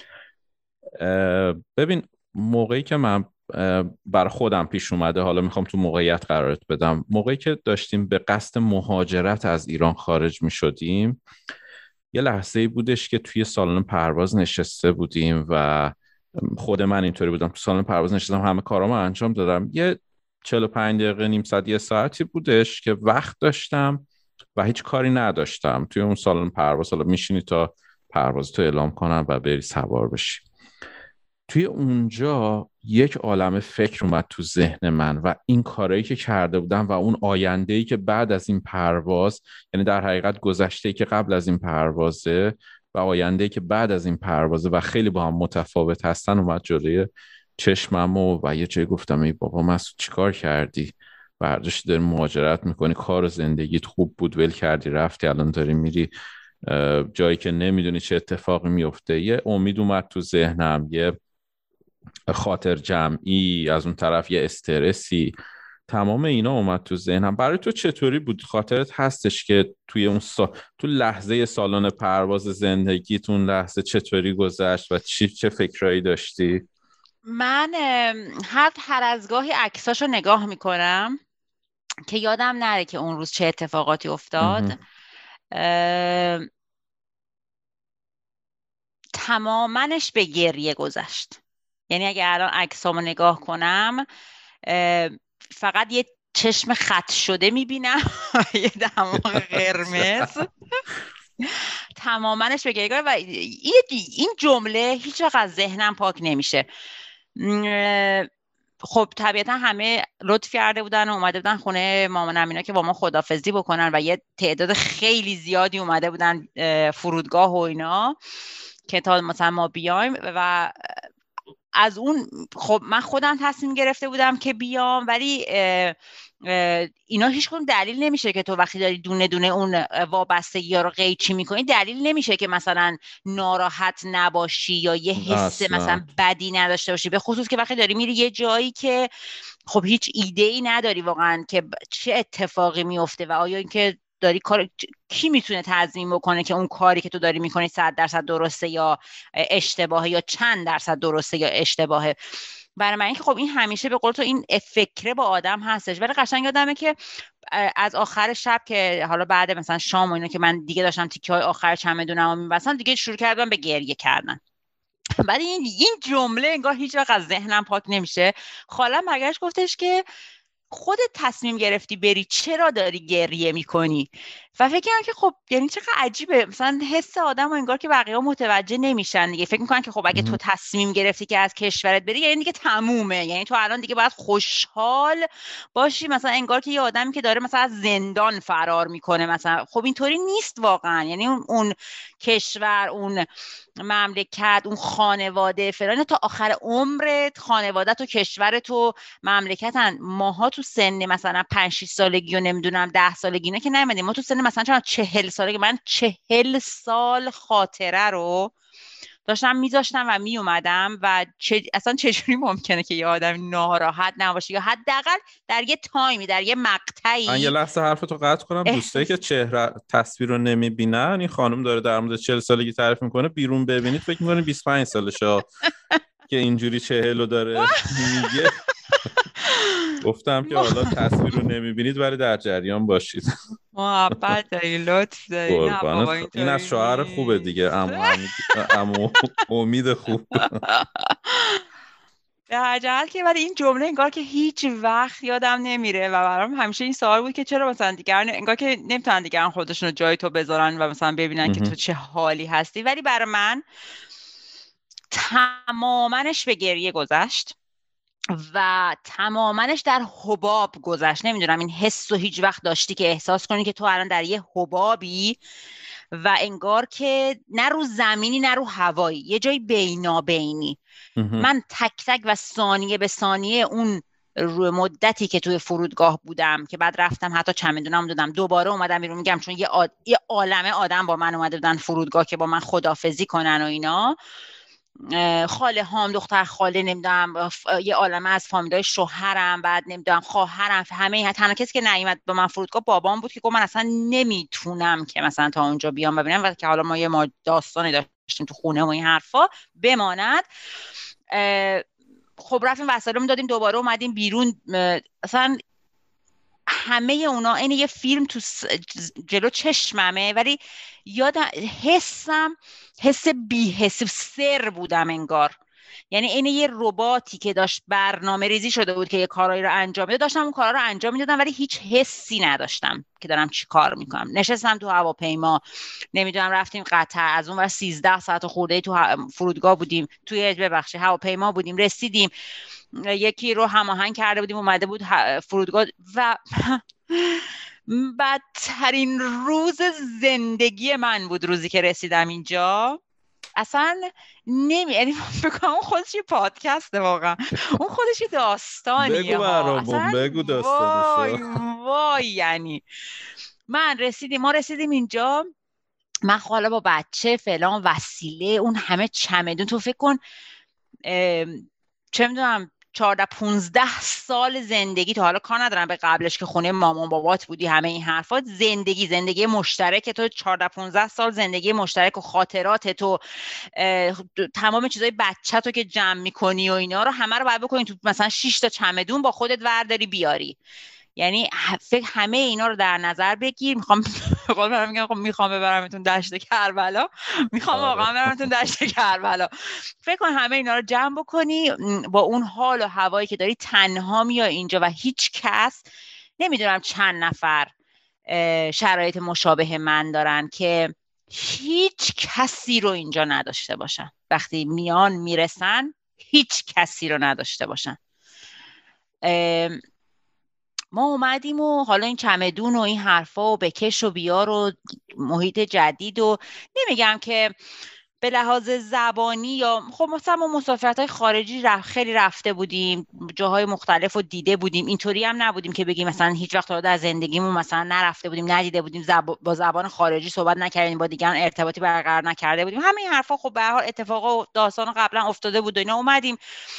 ببین موقعی که من برای خودم پیش اومده، حالا میخوام تو موقعیت قرارت بدم، موقعی که داشتیم به قصد مهاجرت از ایران خارج میشدیم، یه لحظه‌ای بودش که توی سالن پرواز نشسته بودیم و خود من اینطوری بودم، تو سالن پرواز نشستم، همه کارامو انجام دادم. یه چهل و پنج دقیقه نیم ساعت یه ساعتی بودش که وقت داشتم و هیچ کاری نداشتم توی اون سالن پرواز. حالا میشینی تا پرواز تو اعلام کنن و بری سوار بشی. توی اونجا یک عالمه فکر اومد تو ذهن من و این کارهایی که کرده بودم و اون آینده‌ای که بعد از این پرواز، یعنی در حقیقت گذشته‌ای که قبل از این پروازه و آینده‌ای که بعد از این پروازه و خیلی با هم متفاوت هستن، اومد جلوی چشمم و, و یه جایی گفتم ای بابا مسعود چی کار کردی؟ برداشتی داری مهاجرت میکنی، کار و زندگیت خوب بود ول کردی رفتی، الان داری میری جایی که نمیدونی چه اتفاقی میفته. یه امید اومد تو ذهنم، یه خاطر جمعی، از اون طرف یه استرسی، تمام اینا اومد تو ذهنم. برای تو چطوری بود؟ خاطرت هستش که توی اون سا... تو لحظه سالن پرواز زندگیتون لحظه چطوری گذشت و چی چه فکرایی داشتی؟ من هر هر از گاهی عکساشو نگاه میکنم که یادم نره که اون روز چه اتفاقاتی افتاد. تمامنش به گریه گذشت. یعنی اگه الان عکسامو نگاه کنم فقط یه چشم خط شده میبینم یه دماغ قرمز. تمامنش به گریه و این جمله هیچ وقت از ذهنم پاک نمیشه. خب طبیعتا همه لطف کرده بودن و اومده بودن خونه مامانم اینا که با ما خدافظی بکنن و یه تعداد خیلی زیادی اومده بودن فرودگاه و اینا که تا مثلا ما بیایم. و از اون خب من خودم تصمیم گرفته بودم که بیام، ولی اینا هیچ کدوم دلیل نمیشه که تو وقتی داری دونه دونه اون وابستگی ها رو قیچی میکنی، دلیل نمیشه که مثلا ناراحت نباشی یا یه حس اصلا. مثلا بدی نداشته باشی، به خصوص که وقتی داری میری یه جایی که خب هیچ ایده ای نداری واقعا که چه اتفاقی میفته و آیا اینکه داری کار کی میتونه تضمین بکنه که اون کاری که تو داری میکنی صد درصد درسته یا اشتباهه یا چند درصد درسته یا اشتباهه. برای من اینکه خب این همیشه به قول تو این فکره با آدم هستش، ولی قشنگ یادمه که از آخر شب که حالا بعد مثلا شام و اینا که من دیگه داشتم تیکه های آخر چمدونمو میبستم، دیگه شروع کردم به گریه کردن. ولی این این جمله انگار هیچ وقت از ذهنم پاک نمیشه. خالم برگشت گفتش که خودت تصمیم گرفتی بری، چرا داری گریه میکنی؟ و فکر کردم که خب یعنی چقدر عجیبه، مثلا حس آدم انگار که بقیه ها متوجه نمیشن دیگه. فکر میکنن که خب اگه تو تصمیم گرفتی که از کشورت بری یعنی دیگه تمومه، یعنی تو الان دیگه باید خوشحال باشی، مثلا انگار که یه آدمی که داره مثلا از زندان فرار میکنه مثلا. خب اینطوری نیست واقعا، یعنی اون, اون کشور، اون مملکت، اون خانواده فلان، تا آخر عمرت خانوادت و کشورت و مملکتن. ماها تو سن مثلا پنج شش سالگی و نمیدونم ده سالگی نه که نمیدیم، ما تو سن مثلا چند چهل سالگی، من چهل سال خاطره رو داشتم میذاشتم و میومدم و چه اصلا چجوری ممکنه که یه آدم ناراحت نباشه یا حداقل در یه تایمی در یه مقطعی. من یه لحظه حرفتو قطع کنم. دوستایی که چهره تصویر رو نمیبینن، این خانم داره در مورد چهل سالگی تعریف میکنه، بیرون ببینید فکر میکنید بیست و پنج سالشه که اینجوری چهل رو داره میگه. گفتم که حالا تصویر رو نمیبینید ولی در جریان باشید. محبت داری، لطف داری. این از شوهر خوبه دیگه، عمو امید خوب. به هر جهت که ولی این جمله انگار که هیچ وقت یادم نمیره و برام همیشه این سوال بود که چرا مثلا دیگران انگار که نمیتونن دیگران خودشون رو جای تو بذارن و مثلا ببینن که تو چه حالی هستی. ولی برای من تمامنش به گریه گذشت و تمامنش در حباب گذشت. نمیدونم این حس رو هیچ وقت داشتی که احساس کنی که تو الان در یه حبابی و انگار که نه رو زمینی نه رو هوایی، یه جای بینابینی. من تک تک و ثانیه به ثانیه اون روی مدتی که توی فرودگاه بودم که بعد رفتم حتی چمدونم دادم دوباره اومدم بیرون، میگم چون یه, آد... یه عالمه آدم با من اومده بودن فرودگاه که با من خداحافظی کنن و اینا، خاله هام، دختر خاله، نمیدونم یه عالمه از فامیلای شوهرم، بعد نمیدونم خواهرم، همه. تنها کسی که نیومد با من فرودگاه بابام بود که گفت من اصلا نمیتونم که مثلا تا اونجا بیام ببینم و که حالا ما یه ما داستانی داشتیم تو خونه و این حرفا بماند. خب رفتیم وسایلمون دادیم دوباره اومدیم بیرون. اصلا همه اونا این یه فیلم تو جلو چشممه، ولی یادم حسم حس بی حس سر بودم انگار، یعنی این یه رباتی که داشت برنامه ریزی شده بود که یه کارایی رو انجام میده، داشتم اون کارا رو انجام میدادم ولی هیچ حسی نداشتم که دارم چی کار میکنم. نشستم تو هواپیما، نمیدونم رفتیم قطر، از اون ور سیزده ساعت خورده تو فرودگاه بودیم، توی ببخشید هواپیما بودیم، رسیدیم یکی رو هماهنگ کرده بودیم اومده بود فرودگاه و بدترین روز زندگی من بود روزی که رسیدم اینجا. اصلا نمی یعنی بگم اون خودش یه پادکسته، واقعا اون خودش یه داستانیه. بگو برامون، بگو داستانشو. وای وای یعنی من رسیدیم ما رسیدیم اینجا، من حالا با بچه فلان وسیله اون همه چمدون، تو فکر کن چه میدونم چهارده پونزده سال زندگی، تو حالا کار ندارم به قبلش که خونه مامان بابات بودی همه این حرفات، زندگی زندگی مشترک تو، چهارده پونزده سال زندگی مشترک و خاطرات تو، تمام چیزای بچه تو که جمع میکنی و اینا رو همه رو باید بکنی تو مثلا شش تا چمدون با خودت ورداری بیاری. یعنی فکر همه اینا رو در نظر بگیر. میخوام بقول برام میگم خب میخوام ببرمتون دشت کربلا، میخوام واقعا برمتون دشت کربلا. فکر کن همه اینا رو جمع بکنی با اون حال و هوایی که داری، تنها میای اینجا و هیچ کس، نمیدونم چند نفر شرایط مشابه من دارن که هیچ کسی رو اینجا نداشته باشن، وقتی میان میرسن هیچ کسی رو نداشته باشن. ما اومدیم و حالا این چمدون و این حرفا و بکش و بیار و محیط جدید و نمیگم که به لحاظ زبانی یا خب مثلا ما مسافرت‌های خارجی رف خیلی رفته بودیم، جاهای مختلف رو دیده بودیم، اینطوری هم نبودیم که بگیم مثلا هیچ وقت در زندگیمون مثلا نرفته بودیم، ندیده بودیم، زب... با زبان خارجی صحبت نکردیم، با دیگران ارتباطی برقرار نکرده بودیم. همه این حرفا خب به هر حال اتفاقا و داستان قبلا افتاده بود و اینا. اومدیم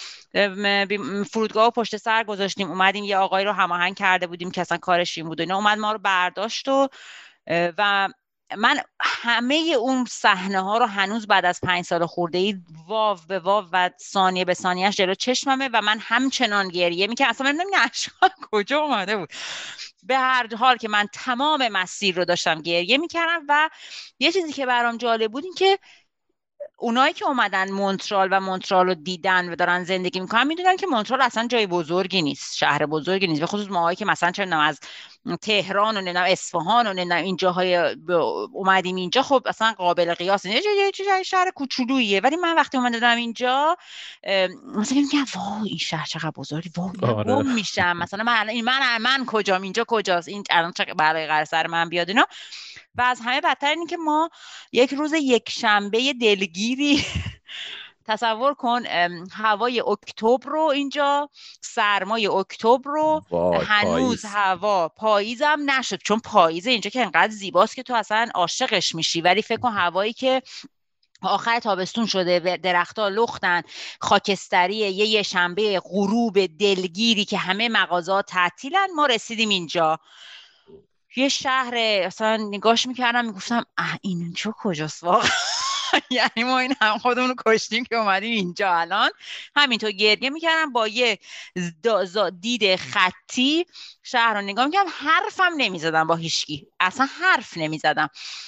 فرودگاه پشت سر گذاشتیم، اومدیم یه آقایی رو هماهنگ کرده بودیم که اصلا کارش این بود و اینا، اومد ما رو برداشت و و من همه اون صحنه ها رو هنوز بعد از پنج سال خورده‌ای واو به واو و ثانیه به ثانیه‌اش جلو چشممه و من همچنان گریه میکنم. اصلا نمیدونم این اشکال کجا اومده بود. به هر حال که من تمام مسیر رو داشتم گریه میکردم و یه چیزی که برام جالب بود این که اونایی که اومدن مونترال و مونترال رو دیدن و دارن زندگی میکنن میدونن که مونترال اصلا جای بزرگی نیست، شهر بزرگی نیست، به خصوص ماهایی که مثلا چه میدونم از تهران و نمیدونم اصفهان و نمیدونم این جاهای اومدیم اینجا، خب اصلا قابل قیاس نیست، یه شهر کوچولوییه. ولی من وقتی اومدم اینجا مثلا میگم وای این شهر چقدر بزرگه، وای گم میشم مثلا من من من کجام، اینجا کجاست، این الان چه برای قرار سر من بیاد اینا. و از همه بدتر اینه که ما یک روز یک شنبه دلگیری تصور کن، هوای اکتبر رو اینجا، سرمای اکتبر رو، هنوز پاییز. هوا پاییزم نشد، چون پاییز اینجا که انقدر زیباست که تو اصلا عاشقش میشی، ولی فکر کن هوایی که آخر تابستون شده، درخت‌ها لختن، خاکستریه، یه یه شنبه غروب دلگیری که همه مغازه‌ها تعطیلن، ما رسیدیم اینجا یه شهر اصلا نگاش میکردم میگفتم این اینجا کجاست واقعا. یعنی ما این هم خودمون رو کشتیم که اومدیم اینجا. الان همینطور گریه میکردم با یه دید خطی شهر رو نگاه میکردم، حرفم نمیزدم با هیچکی، اصلا حرف نمیزدم.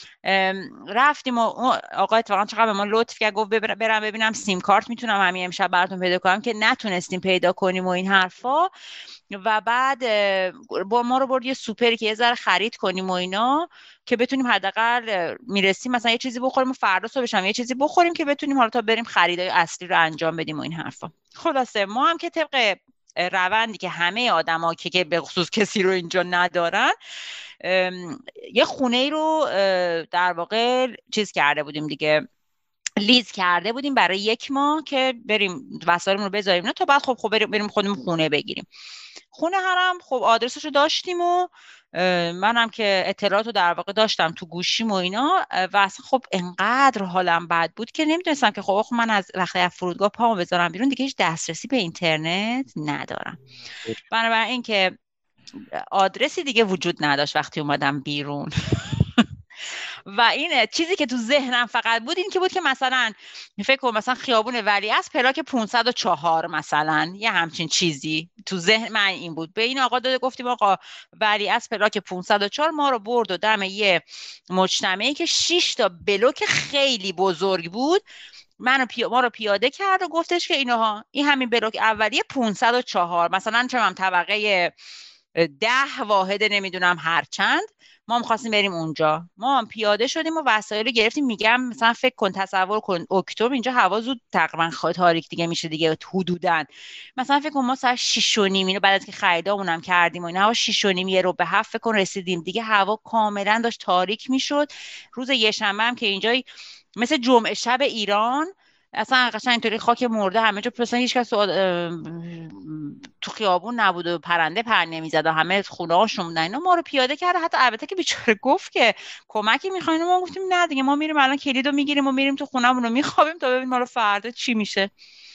رفتیم و آقا اتفاقا چقدر به ما لطف کرد، گفت برم ببینم سیم کارت میتونم همین امشب براتون پیدا کنم که نتونستیم پیدا کنیم و این حرفا. و بعد با ما رو برد یه سوپری که یه ذره خرید کنیم و اینا که بتونیم حداقل میرسیم مثلا یه چیزی بخوریم و فردا صبحش هم یه چیزی بخوریم که بتونیم حالا تا بریم خریدای اصلی رو انجام بدیم و این حرفا. خلاصه ما هم که طبق روندی که همه آدما که که به خصوص کسی رو اینجا ندارن یه خونه ای رو در واقع چیز کرده بودیم دیگه، لیز کرده بودیم برای یک ماه که بریم وسایلمون رو بذاریم نه تا بعد خب خب بریم بریم خودمون خونه بگیریم. خونه هرم خب آدرسش رو داشتیم و منم که اطلاعات رو در واقع داشتم تو گوشیم و اینا و اصلا خب انقدر حالم بد بود که نمیدونستم که خب من از وقتی از فرودگاه پامو بذارم بیرون دیگه هیچ دسترسی به اینترنت ندارم. بنابراین که آدرسی دیگه وجود نداشت وقتی اومدم بیرون. و این چیزی که تو ذهنم فقط بود این که بود که مثلا فکر کنم مثلا خیابون ولیعصر پلاک پانصد و چهار مثلا یه همچین چیزی تو ذهن من این بود. به این آقا داده گفتیم آقا ولیعصر پلاک پانصد و چهار، ما رو برد و دم یه مجتمعی که شش تا بلوک خیلی بزرگ بود منو پی... ما رو پیاده کرد و گفتش که اینها این همین بلوک اولیه پانصد و چهار مثلا چه من طبقه ده واحد نمیدونم هر چند، ما هم خواستیم بریم اونجا. ما هم پیاده شدیم و وسایل رو گرفتیم. میگم مثلا فکر کن تصور کن اکتبر اینجا هوا زود تقریبا تاریک دیگه میشه دیگه حدوداً، مثلا فکر کن ما ساعت شش و نیم اینو بعد از که خریدامون هم کردیم و اینا هوا شش و نیم یه رو به هفت فکر کن رسیدیم دیگه، هوا کاملا داشت تاریک میشد. روز یه شنبه هم که اینجا مثل جمعه شب ایران اصلا قشنگ اینطوری خاک مرده همه جا، مثلا هیچ کس تو خیابون نبود و پرنده پر نمیزد و همه خونه هاشون موندن. اینا ما رو پیاده کرده، حتی البته که بیچاره گفت که کمکی میخواین، ما گفتیم نه دیگه ما میریم الان کلیدو میگیریم و میریم تو خونهمون رو میخوابیم تا ببینیم ما رو فردا چی میشه.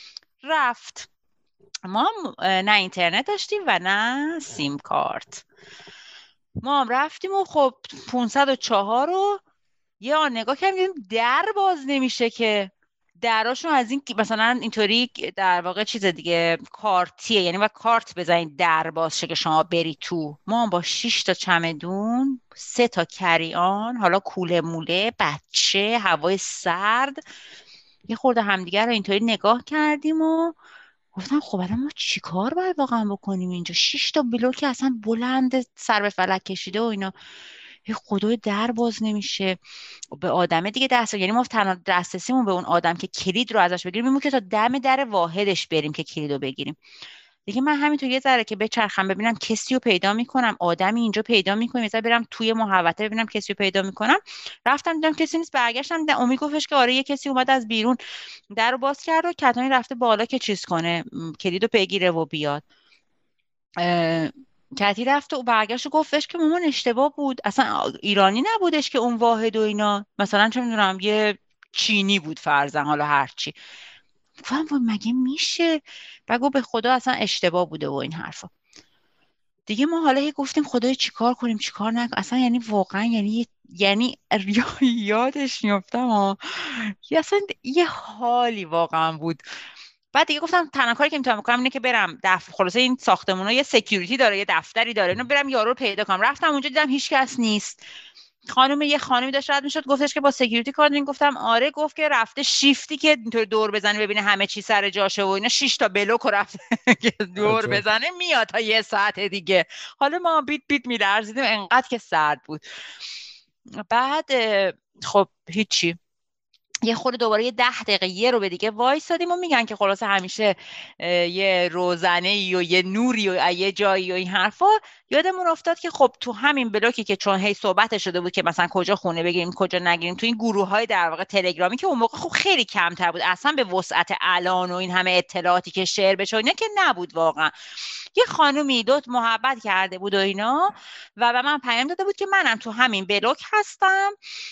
رفت ما نه اینترنت داشتیم و نه سیم کارت. ما هم رفتیم و خب پانصد و چهار رو یه آن نگاه کردیم در باز نمیشه که دراشون از این مثلا اینطوری در واقع چیز دیگه کارتیه، یعنی با کارت بزنید در باز شه که شما بری تو. ما هم با شش تا چمدون، سه تا کریان، حالا کوله موله، بچه، هوای سرد، یه خورده همدیگه رو اینطوری نگاه کردیم و گفتم خب الان ما چی کار باید واقعا بکنیم اینجا؟ شش تا بلوک اصلا بلند سر به فلک کشیده و اینا، یه خدای در باز نمیشه به آدمه دیگه دست، یعنی ما تنها دسترسیمون به اون آدم که کلید رو ازش بگیریم میمونه که تا دم در واحدش بریم که کلید رو بگیریم. دیگه من همینطور یه ذره که بچرخم ببینم کسی رو پیدا میکنم، آدمی اینجا پیدا میکنم، مثلا برم توی محوطه ببینم کسی رو پیدا میکنم. رفتم دیدم کسی نیست، برگشتم دیدم امید گفتش که آره یه کسی اومد از بیرون در رو باز کرد و کتانی رفته بالا که چیز کنه، کلیدو بگیره و بیاد. کتی رفت و برگشت و گفتش که مامان اشتباه بود، اصلا ایرانی نبودش که اون واحد و اینا، مثلا چه میدونم یه چینی بود فرضاً، حالا هرچی. گفتم مگه میشه؟ بگو به خدا اصلا اشتباه بوده و این حرفا. دیگه ما حالا هی گفتیم خدای چیکار کنیم چیکار نکنیم، اصلا یعنی واقعا یعنی یعنی یادش میافتم ها، یه اصلا یه حالی واقعا بود. بعد دیگه گفتم تنها کاری که میتونم بکنم اینه که برم دفتر، خلاصه این ساختمونا یه سکیوریتی داره، یه دفتری داره، اینو برم یارو رو پیدا کنم. رفتم اونجا دیدم هیچ کس نیست. خانم یه خانمی داشت رد میشد، گفتش که با سکیوریتی کار دارین. گفتم آره. گفت که رفته شیفتی که اینطور دور بزنه ببینه همه چی سر جاشه و اینا، شش تا بلوک رفته که دور بزنه، میاد تا یه ساعت دیگه. حالا ما بیت بیت میلرزیدیم انقدر که سرد بود. بعد خب هیچی، یه خورده دوباره یه ده دقیقه یه رو به دیگه وایسادیم و میگن که خلاصه همیشه یه روزنه ای و یه نوری و یه جایی و این حرفا. یادمون افتاد که خب تو همین بلوکی که چون هی صحبت شده بود که مثلا کجا خونه بگیریم کجا نگیریم، تو این گروه های در واقع تلگرامی که اون موقع خب خیلی کمتر بود، اصلا به وسعت الان و این همه اطلاعاتی که شیر بشه اینا که نبود واقعا. یه خانومی دوت محبت کرده بود و اینا و به من پیام داده بود که منم تو همین بلوک هستم،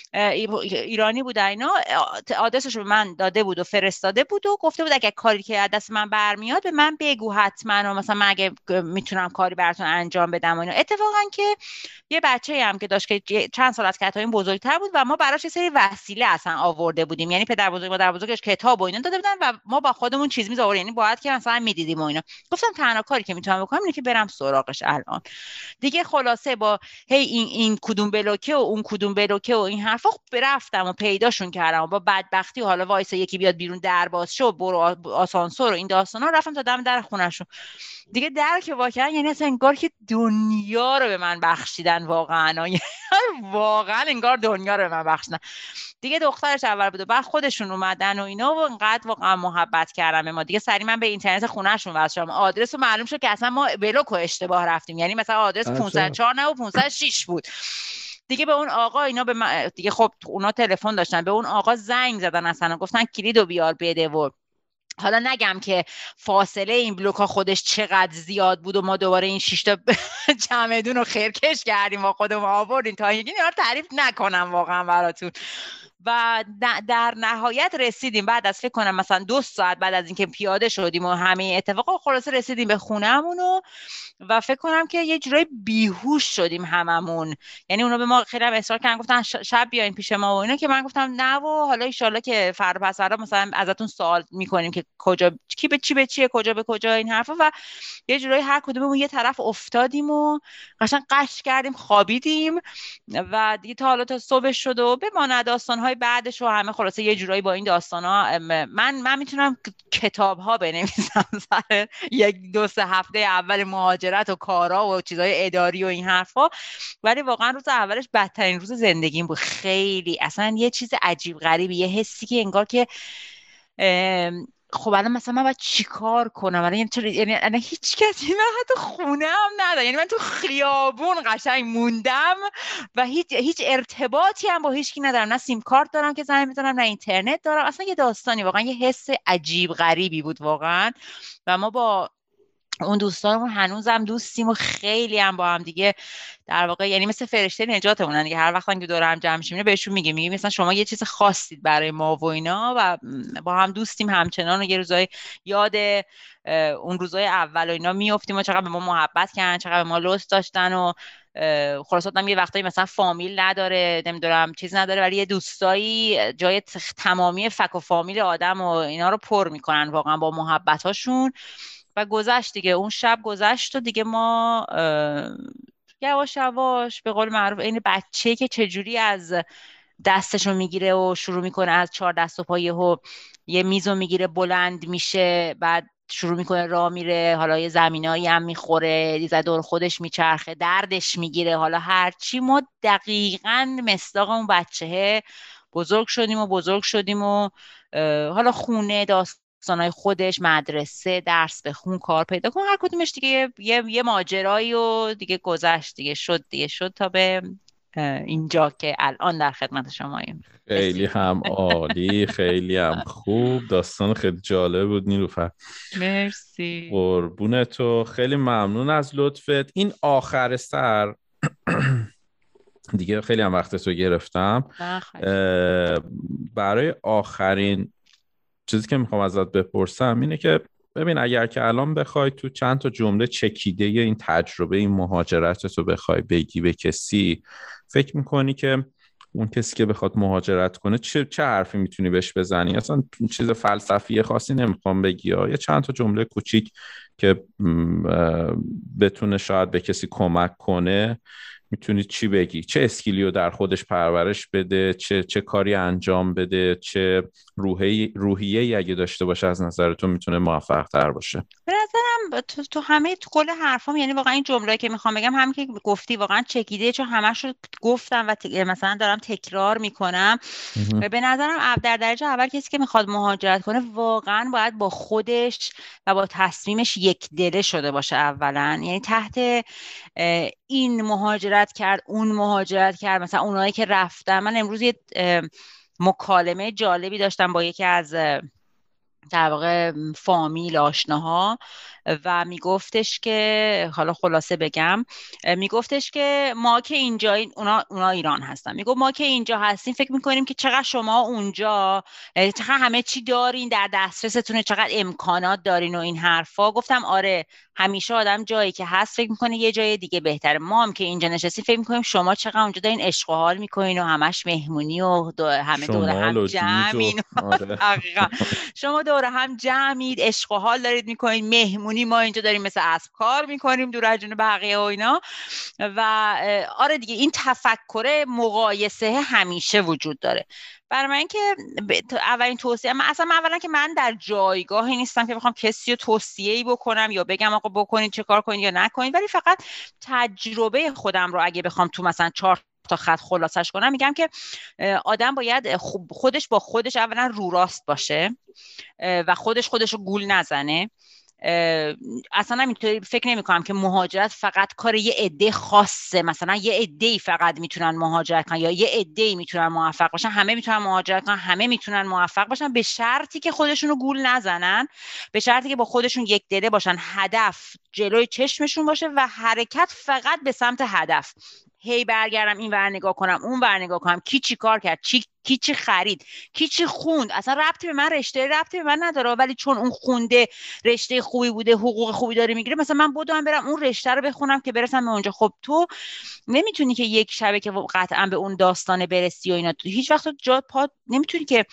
ایرانی بود اینا، آدرسش رو به من داده بود و فرستاده بود و گفته بود اگه کاری که از دست من برمیاد به من بگو حتما، و مثلا من اگه میتونم کاری براتون انجام بدم و اینا. اتفاقا که یه بچه‌ای هم که داشت که چند سال از کتایم بزرگتر بود و ما براش یه سری وسیله اصلا آورده بودیم، یعنی پدر بزرگ مادر بزرگش کتاب و اینا داده بودن و ما با خودمون چیز میز آوردیم، یعنی باید که مثلا میدیدیم و اینا. گفتم تنها کاری که میتونم بکنم اینه که برم سراغش الان. دیگه خلاصه با هی این این کدوم بلوکه و اون کدوم بلوکه و این حرفا رفتم و پیداشون کردم و با بدبختی و حالا وایسا یکی بیاد بیرون در باز شو برو آسانسور و این داستانا، رفتم تا دم در خونه‌شون. دیگه در که واقعا یعنی اصلا انگار که دنیا رو به من بخشیدن، واقعا واقعا انگار دنیا رو به من بخشیدن. دیگه دخترش اول بود و بعد خودشون اومدن و اینا و انقدر واقعا محبت کردم ما. دیگه سری من به اینترنت خونه‌شون وصل شدم، آدرس رو معلوم شد که اصلا ما بلوک و اشتباه رفتیم، یعنی مثلا آدرس پانصد و چهار نه و پانصد و شش بود. دیگه به اون آقا اینا به من دیگه خب اونا تلفن داشتن، به اون آقا زنگ زدن اصلا گفتن کلیدو بیار بده و حالا نگم که فاصله این بلوک ها خودش چقدر زیاد بود و ما دوباره این شش تا چمدون رو خیرکش کردیم و خودمون آوردیم تا یکی اینا رو تعریف نکنم واقعا براتون. و در نهایت رسیدیم بعد از فکر کنم مثلا دو ساعت بعد از اینکه پیاده شدیم و همه اتفاقا خلاصه رسیدیم به خونه‌مون و و فکر کنم که یه جورایی بیهوش شدیم هممون. یعنی اونا به ما خیلی هم اصرار کردن گفتن شب بیاین پیش ما و اینا که من گفتم نه و حالا ان شاءالله که فردا پس فردا مثلا ازتون سوال میکنیم که کجا کی به چی به چیه کجا به کجا این حرفا. و یه جورایی هر کدوممون یه طرف افتادیم و قشنگ قش کردیم خوابیدیم و دیگه تا حالا تا صبح شد و بماند داستان‌های بعدش و همه خلاصه یه جورایی با این داستانا من من میتونم کتاب‌ها بنویسم سر یک دو سه هفته اول مهاجرت و کارا و چیزای اداری و این حرفا، ولی واقعا روز اولش بدترین روز زندگیم بود. خیلی اصلا یه چیز عجیب غریبی، یه حسی که انگار که خب الان مثلا من باید چی کار کنم الان، یعنی چرا یعنی الان هیچ کسی، من حتی خونه هم ندارم، یعنی من تو خیابون قشنگ موندم و هیچ هیچ ارتباطی هم با هیچ کی ندارم، نه سیم کارت دارم که زنگ بزنم نه اینترنت دارم، اصلا یه داستانی واقعا یه حس عجیب غریبی بود واقعا. و ما با اون دوستانمون هنوزم دوستیم و خیلی هم با هم دیگه در واقع یعنی مثل فرشته نجاتمونن دیگه. هر وقت که دور هم جمع میشیم بهشون میگیم میگیم مثلا شما یه چیز خاصید برای ما و اینا و با هم دوستیم همچنان و یه روزای یاد اون روزای اول و اینا میافتیم و چقدر به ما محبت کردن، چقدر به ما لطف داشتن و خلاص آدم یه وقتایی مثلا فامیل نداره نمیدونم چیز نداره ولی یه دوستایی جای تمامی فک و فامیل آدم و اینا رو پر میکنن واقعا با محبتاشون. و گذشت دیگه، اون شب گذشت و دیگه ما یواش یواش به قول معروف این بچه‌ای که چجوری از دستشو میگیره و شروع میکنه از چهار دست و پایه و یه میزو میگیره بلند میشه، بعد شروع میکنه راه میره، حالا یه زمینایی هم میخوره، دیگه دور خودش میچرخه، دردش میگیره، حالا هرچی. ما دقیقاً مصداق اون بچهه بزرگ شدیم و بزرگ شدیم و حالا خونه داست داستانای خودش، مدرسه، درس بخون، کار پیدا کن، هر کدومش دیگه یه یه ماجرایی و دیگه گذشت دیگه شد دیگه شد تا به اینجا که الان در خدمت شماییم. خیلی هم عالی، خیلی هم خوب، داستان خیلی جالب بود نیلوفر. مرسی. قربون تو، خیلی ممنون از لطفت. این آخر سر دیگه خیلی هم وقت تو گرفتم. برای آخرین چیزی که میخوام ازت بپرسم اینه که ببین اگر که الان بخوای تو چند تا جمله چکیده این تجربه این مهاجرت تو بخوای بگی به کسی، فکر میکنی که اون کسی که بخواد مهاجرت کنه چه چه حرفی میتونی بهش بزنی؟ اصلا چیز فلسفی خاصی نمیخوام بگی ها، یه چند تا جمله کوچیک که بتونه شاید به کسی کمک کنه، میتونی چی بگی؟ چه اسکیلی رو در خودش پرورش بده، چه چه کاری انجام بده، چه روحی روحیه‌ای اگه داشته باشه از نظر تو میتونه موفق تر باشه؟ به نظرم تو, تو همه تو کل حرفام، یعنی واقعا این جمله‌ای که میخوام بگم همین که گفتی واقعا چکیده، چون همش رو گفتم و ت... مثلا دارم تکرار میکنم. به نظرم در درجه اول کسی که میخواد مهاجرت کنه واقعا باید با خودش و با تصمیمش یک دله شده باشه اولا، یعنی تحت این مهاجرت کرد اون مهاجرت کرد. مثلا اونایی که رفتن، من امروز یه مکالمه جالبی داشتم با یکی از در واقع فامیل آشناها و میگفتش که حالا خلاصه بگم، میگفتش که ما که اینجا اونا اونا ایران هستن، میگفت ما که اینجا هستیم فکر میکنیم که چقدر شما اونجا چقدر همه چی دارین در دسترستونه، چقدر امکانات دارین و این حرفا. گفتم آره، همیشه آدم جایی که هست فکر میکنه یه جای دیگه بهتره. ما هم که اینجا نشستیم فکر میکنیم شما چقدر اونجا دارین عشق و حال میکنین و همش مهمونی و دو همه دور هم جمعین. شما دور هم جمعید، عشق و حال دارید میکنین، مهمونی، ما اینجا داریم مثل اسب کار میکنیم دور از جون بقیه و اینا. و آره دیگه این تفکر مقایسه همیشه وجود داره. برای من که اولین توصیه، من اصلا من اولا که من در جایگاهی نیستم که بخوام کسی رو توصیه‌ای بکنم یا بگم آقا بکنید چه کار کنید یا نکنید، ولی فقط تجربه خودم رو اگه بخوام تو مثلا چهار تا خط خلاصش کنم، میگم که آدم باید خودش با خودش اولا رو راست باشه و خودش خودش رو گول نزنه. اصلا اینطوری فکر نمی کنم که مهاجرت فقط کار یه عده خاصه، مثلا یه عده‌ای فقط میتونن مهاجرت کنن یا یه عده‌ای میتونن موفق باشن. همه میتونن مهاجرت کنن، همه میتونن موفق باشن، به شرطی که خودشون رو گول نزنن، به شرطی که با خودشون یک دله باشن، هدف جلوی چشمشون باشه و حرکت فقط به سمت هدف. هی برگردم این ور نگاه کنم اون ور نگاه کنم، کی چی کار کرد، چی کی چی خرید، کی چی خوند، اصلا ربطی به من رشته ربطی به من نداره، ولی چون اون خونده رشته خوبی بوده حقوق خوبی داره میگیره، مثلا من بدوم برم اون رشته رو بخونم که برسم به اونجا. خب تو نمیتونی که یک شبه که قطعا به اون داستان برسی و اینا، هیچ وقت جا پا نمیتونی که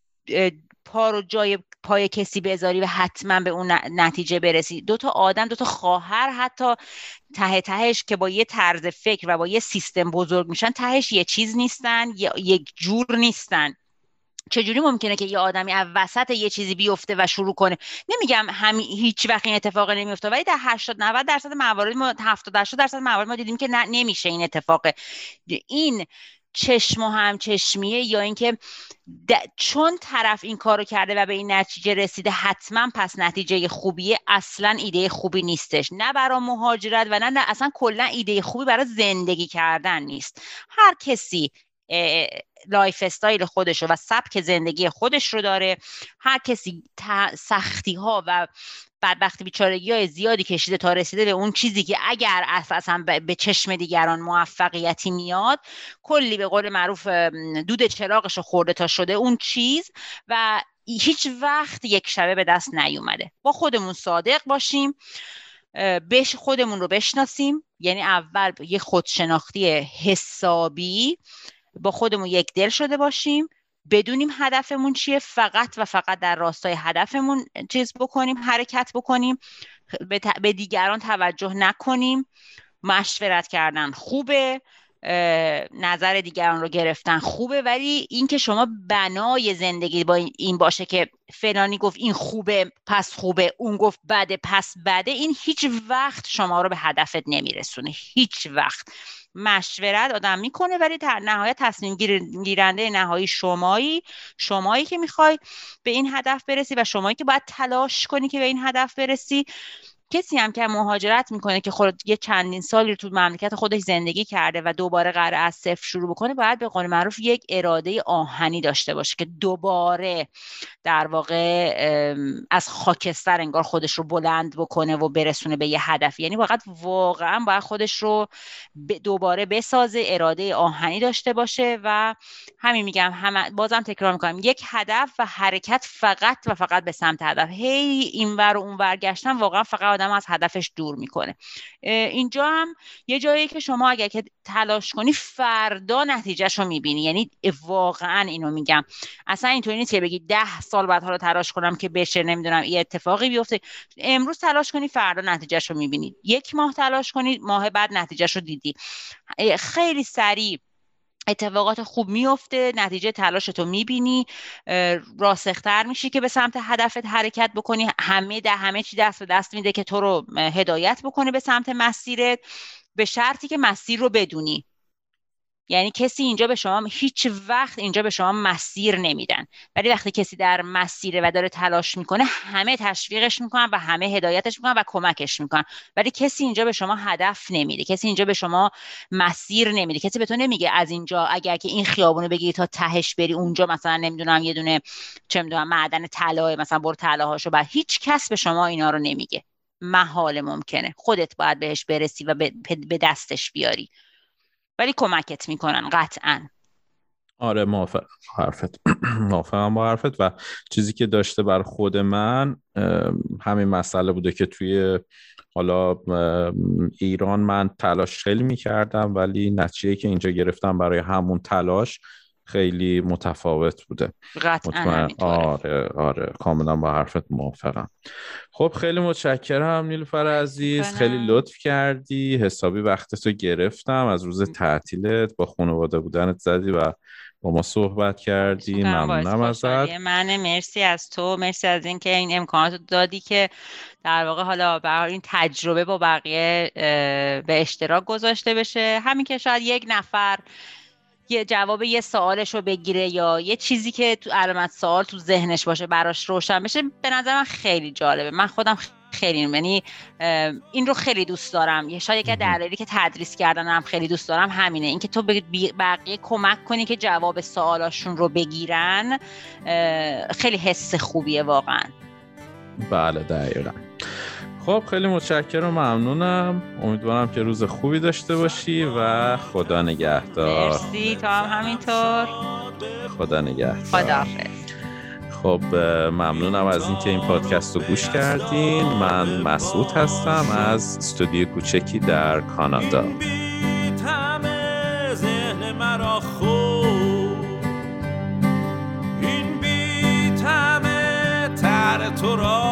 پا رو جای پای کسی بذاری و حتما به اون نتیجه برسی. دو تا آدم، دو تا خواهر حتی ته تهش که با یه طرز فکر و با یه سیستم بزرگ میشن، تهش یه چیز نیستن، یک جور نیستن. چجوری ممکنه که یه آدمی از وسط یه چیزی بیفته و شروع کنه؟ نمیگم همین هیچ وقت این اتفاق نمیفته، ولی در هشتاد نود درصد موارد ما هفتاد هشتاد درصد موارد ما دیدیم که نه، نمیشه این اتفاق. این چشم و هم چشمیه، یا اینکه چون طرف این کارو کرده و به این نتیجه رسیده حتما پس نتیجه خوبیه، اصلا ایده خوبی نیستش، نه برای مهاجرت و نه, نه اصلا کلا ایده خوبی برای زندگی کردن نیست. هر کسی لایف استایل خودش رو و سبک زندگی خودش رو داره، هر کسی سختی ها و بدبختی بیچارگی های زیادی کشیده تا رسیده به اون چیزی که اگر اساسا به چشم دیگران موفقیتی میاد، کلی به قول معروف دود چراغش رو خورده تا شده اون چیز و هیچ وقت یک شبه به دست نیومده. با خودمون صادق باشیم، بش خودمون رو بشناسیم، یعنی اول یه خودشناختی حسابی، با خودمون یک دل شده باشیم، بدونیم هدفمون چیه، فقط و فقط در راستای هدفمون چیز بکنیم، حرکت بکنیم، به, ت... به دیگران توجه نکنیم. مشورت کردن خوبه، نظر دیگران رو گرفتن خوبه، ولی اینکه شما بنای زندگی با این باشه که فلانی گفت این خوبه پس خوبه، اون گفت بده پس بده، این هیچ وقت شما رو به هدفت نمیرسونه، هیچ وقت. مشورت آدم میکنه، ولی در نهایت تصمیم گیرنده نهایی شمایی شمایی که میخوای به این هدف برسی و شمایی که باید تلاش کنی که به این هدف برسی. کسی هم که مهاجرت میکنه که خود یه چندین سالی تو مملکت خودش زندگی کرده و دوباره قراره از صفر شروع بکنه، باید به قول معروف یک اراده آهنی داشته باشه که دوباره در واقع از خاکستر انگار خودش رو بلند بکنه و برسونه به یه هدف. یعنی واقعا واقعا باید خودش رو دوباره بسازه، اراده آهنی داشته باشه و همین میگم، هم بازم تکرار میکنم، یک هدف و حرکت فقط و فقط به سمت هدف. هی اینور و اونور گشتن واقعا فقط آدم از هدفش دور میکنه. اینجا هم یه جایی که شما اگر که تلاش کنی فردا نتیجهشو میبینی. یعنی واقعا اینو میگم، اصلا اینطوری نیست که بگی ده سال بعد حالا تلاش کنم که بشه نمیدونم این اتفاقی بیفته. امروز تلاش کنی فردا نتیجهشو میبینی. یک ماه تلاش کنی ماه بعد نتیجهشو دیدی. خیلی سریع اتفاقات خوب میفته، نتیجه تلاشتو میبینی، راسختر میشی که به سمت هدفت حرکت بکنی. همه ده همه چی دست به دست میده که تو رو هدایت بکنه به سمت مسیرت، به شرطی که مسیر رو بدونی. یعنی کسی اینجا به شما هیچ وقت اینجا به شما مسیر نمیدن، ولی وقتی کسی در مسیره و داره تلاش میکنه همه تشویقش میکنن و همه هدایتش میکنن و کمکش میکنن. ولی کسی اینجا به شما هدف نمیده، کسی اینجا به شما مسیر نمیده. کسی به تو نمیگه از اینجا اگر که این خیابونو بگیری تا تهش بری اونجا مثلا نمیدونم یه دونه چه میدونم معدن طلا مثلا برو طلاهاشو بر. هیچ کس به شما اینا رو نمیگه. محال ممکنه خودت باید بهش برسی و به دستش بیاری، ولی کمکت میکنن قطعا. آره موافق حرفت موافقم با حرفت. و چیزی که داشته بر خود من همین مسئله بوده که توی حالا ایران من تلاش خیلی میکردم، ولی نتیجه‌ای که اینجا گرفتم برای همون تلاش خیلی متفاوت بوده. قطعا. آره آره کاملا با حرفت موافقم. خب خیلی متشکرم نیلوفر عزیز، خیلی لطف کردی، حسابی وقتتو گرفتم از روز تعطیلت، با خانواده بودنت زدی و با ما صحبت کردی. ممنونم ازت. من مرسی از تو، مرسی از اینکه این امکانات دادی که در واقع حالا برای این تجربه با بقیه به اشتراک گذاشته بشه. همین که شاید یک نفر یه جواب یه سوالش رو بگیره یا یه چیزی که تو علامت سوال تو ذهنش باشه براش روشن بشه، به نظر من خیلی جالبه. من خودم خیلی یعنی این رو خیلی دوست دارم. یه شاید یکی از دلایلی که تدریس کردنم خیلی دوست دارم همینه، اینکه تو بقیه کمک کنی که جواب سوالاشون رو بگیرن. خیلی حس خوبیه واقعا. بله دقیقاً. خب خیلی متشکرم و ممنونم. امیدوارم که روز خوبی داشته باشی و خدا نگهدار. مرسی، تو هم همینطور. خدا نگهدار. خداحافظ. خب ممنونم از اینکه این پادکست رو گوش کردین. من مسعود هستم از استودیو کوچکی در کانادا. ذهن مرا خوب این بی‌طعم تر تو را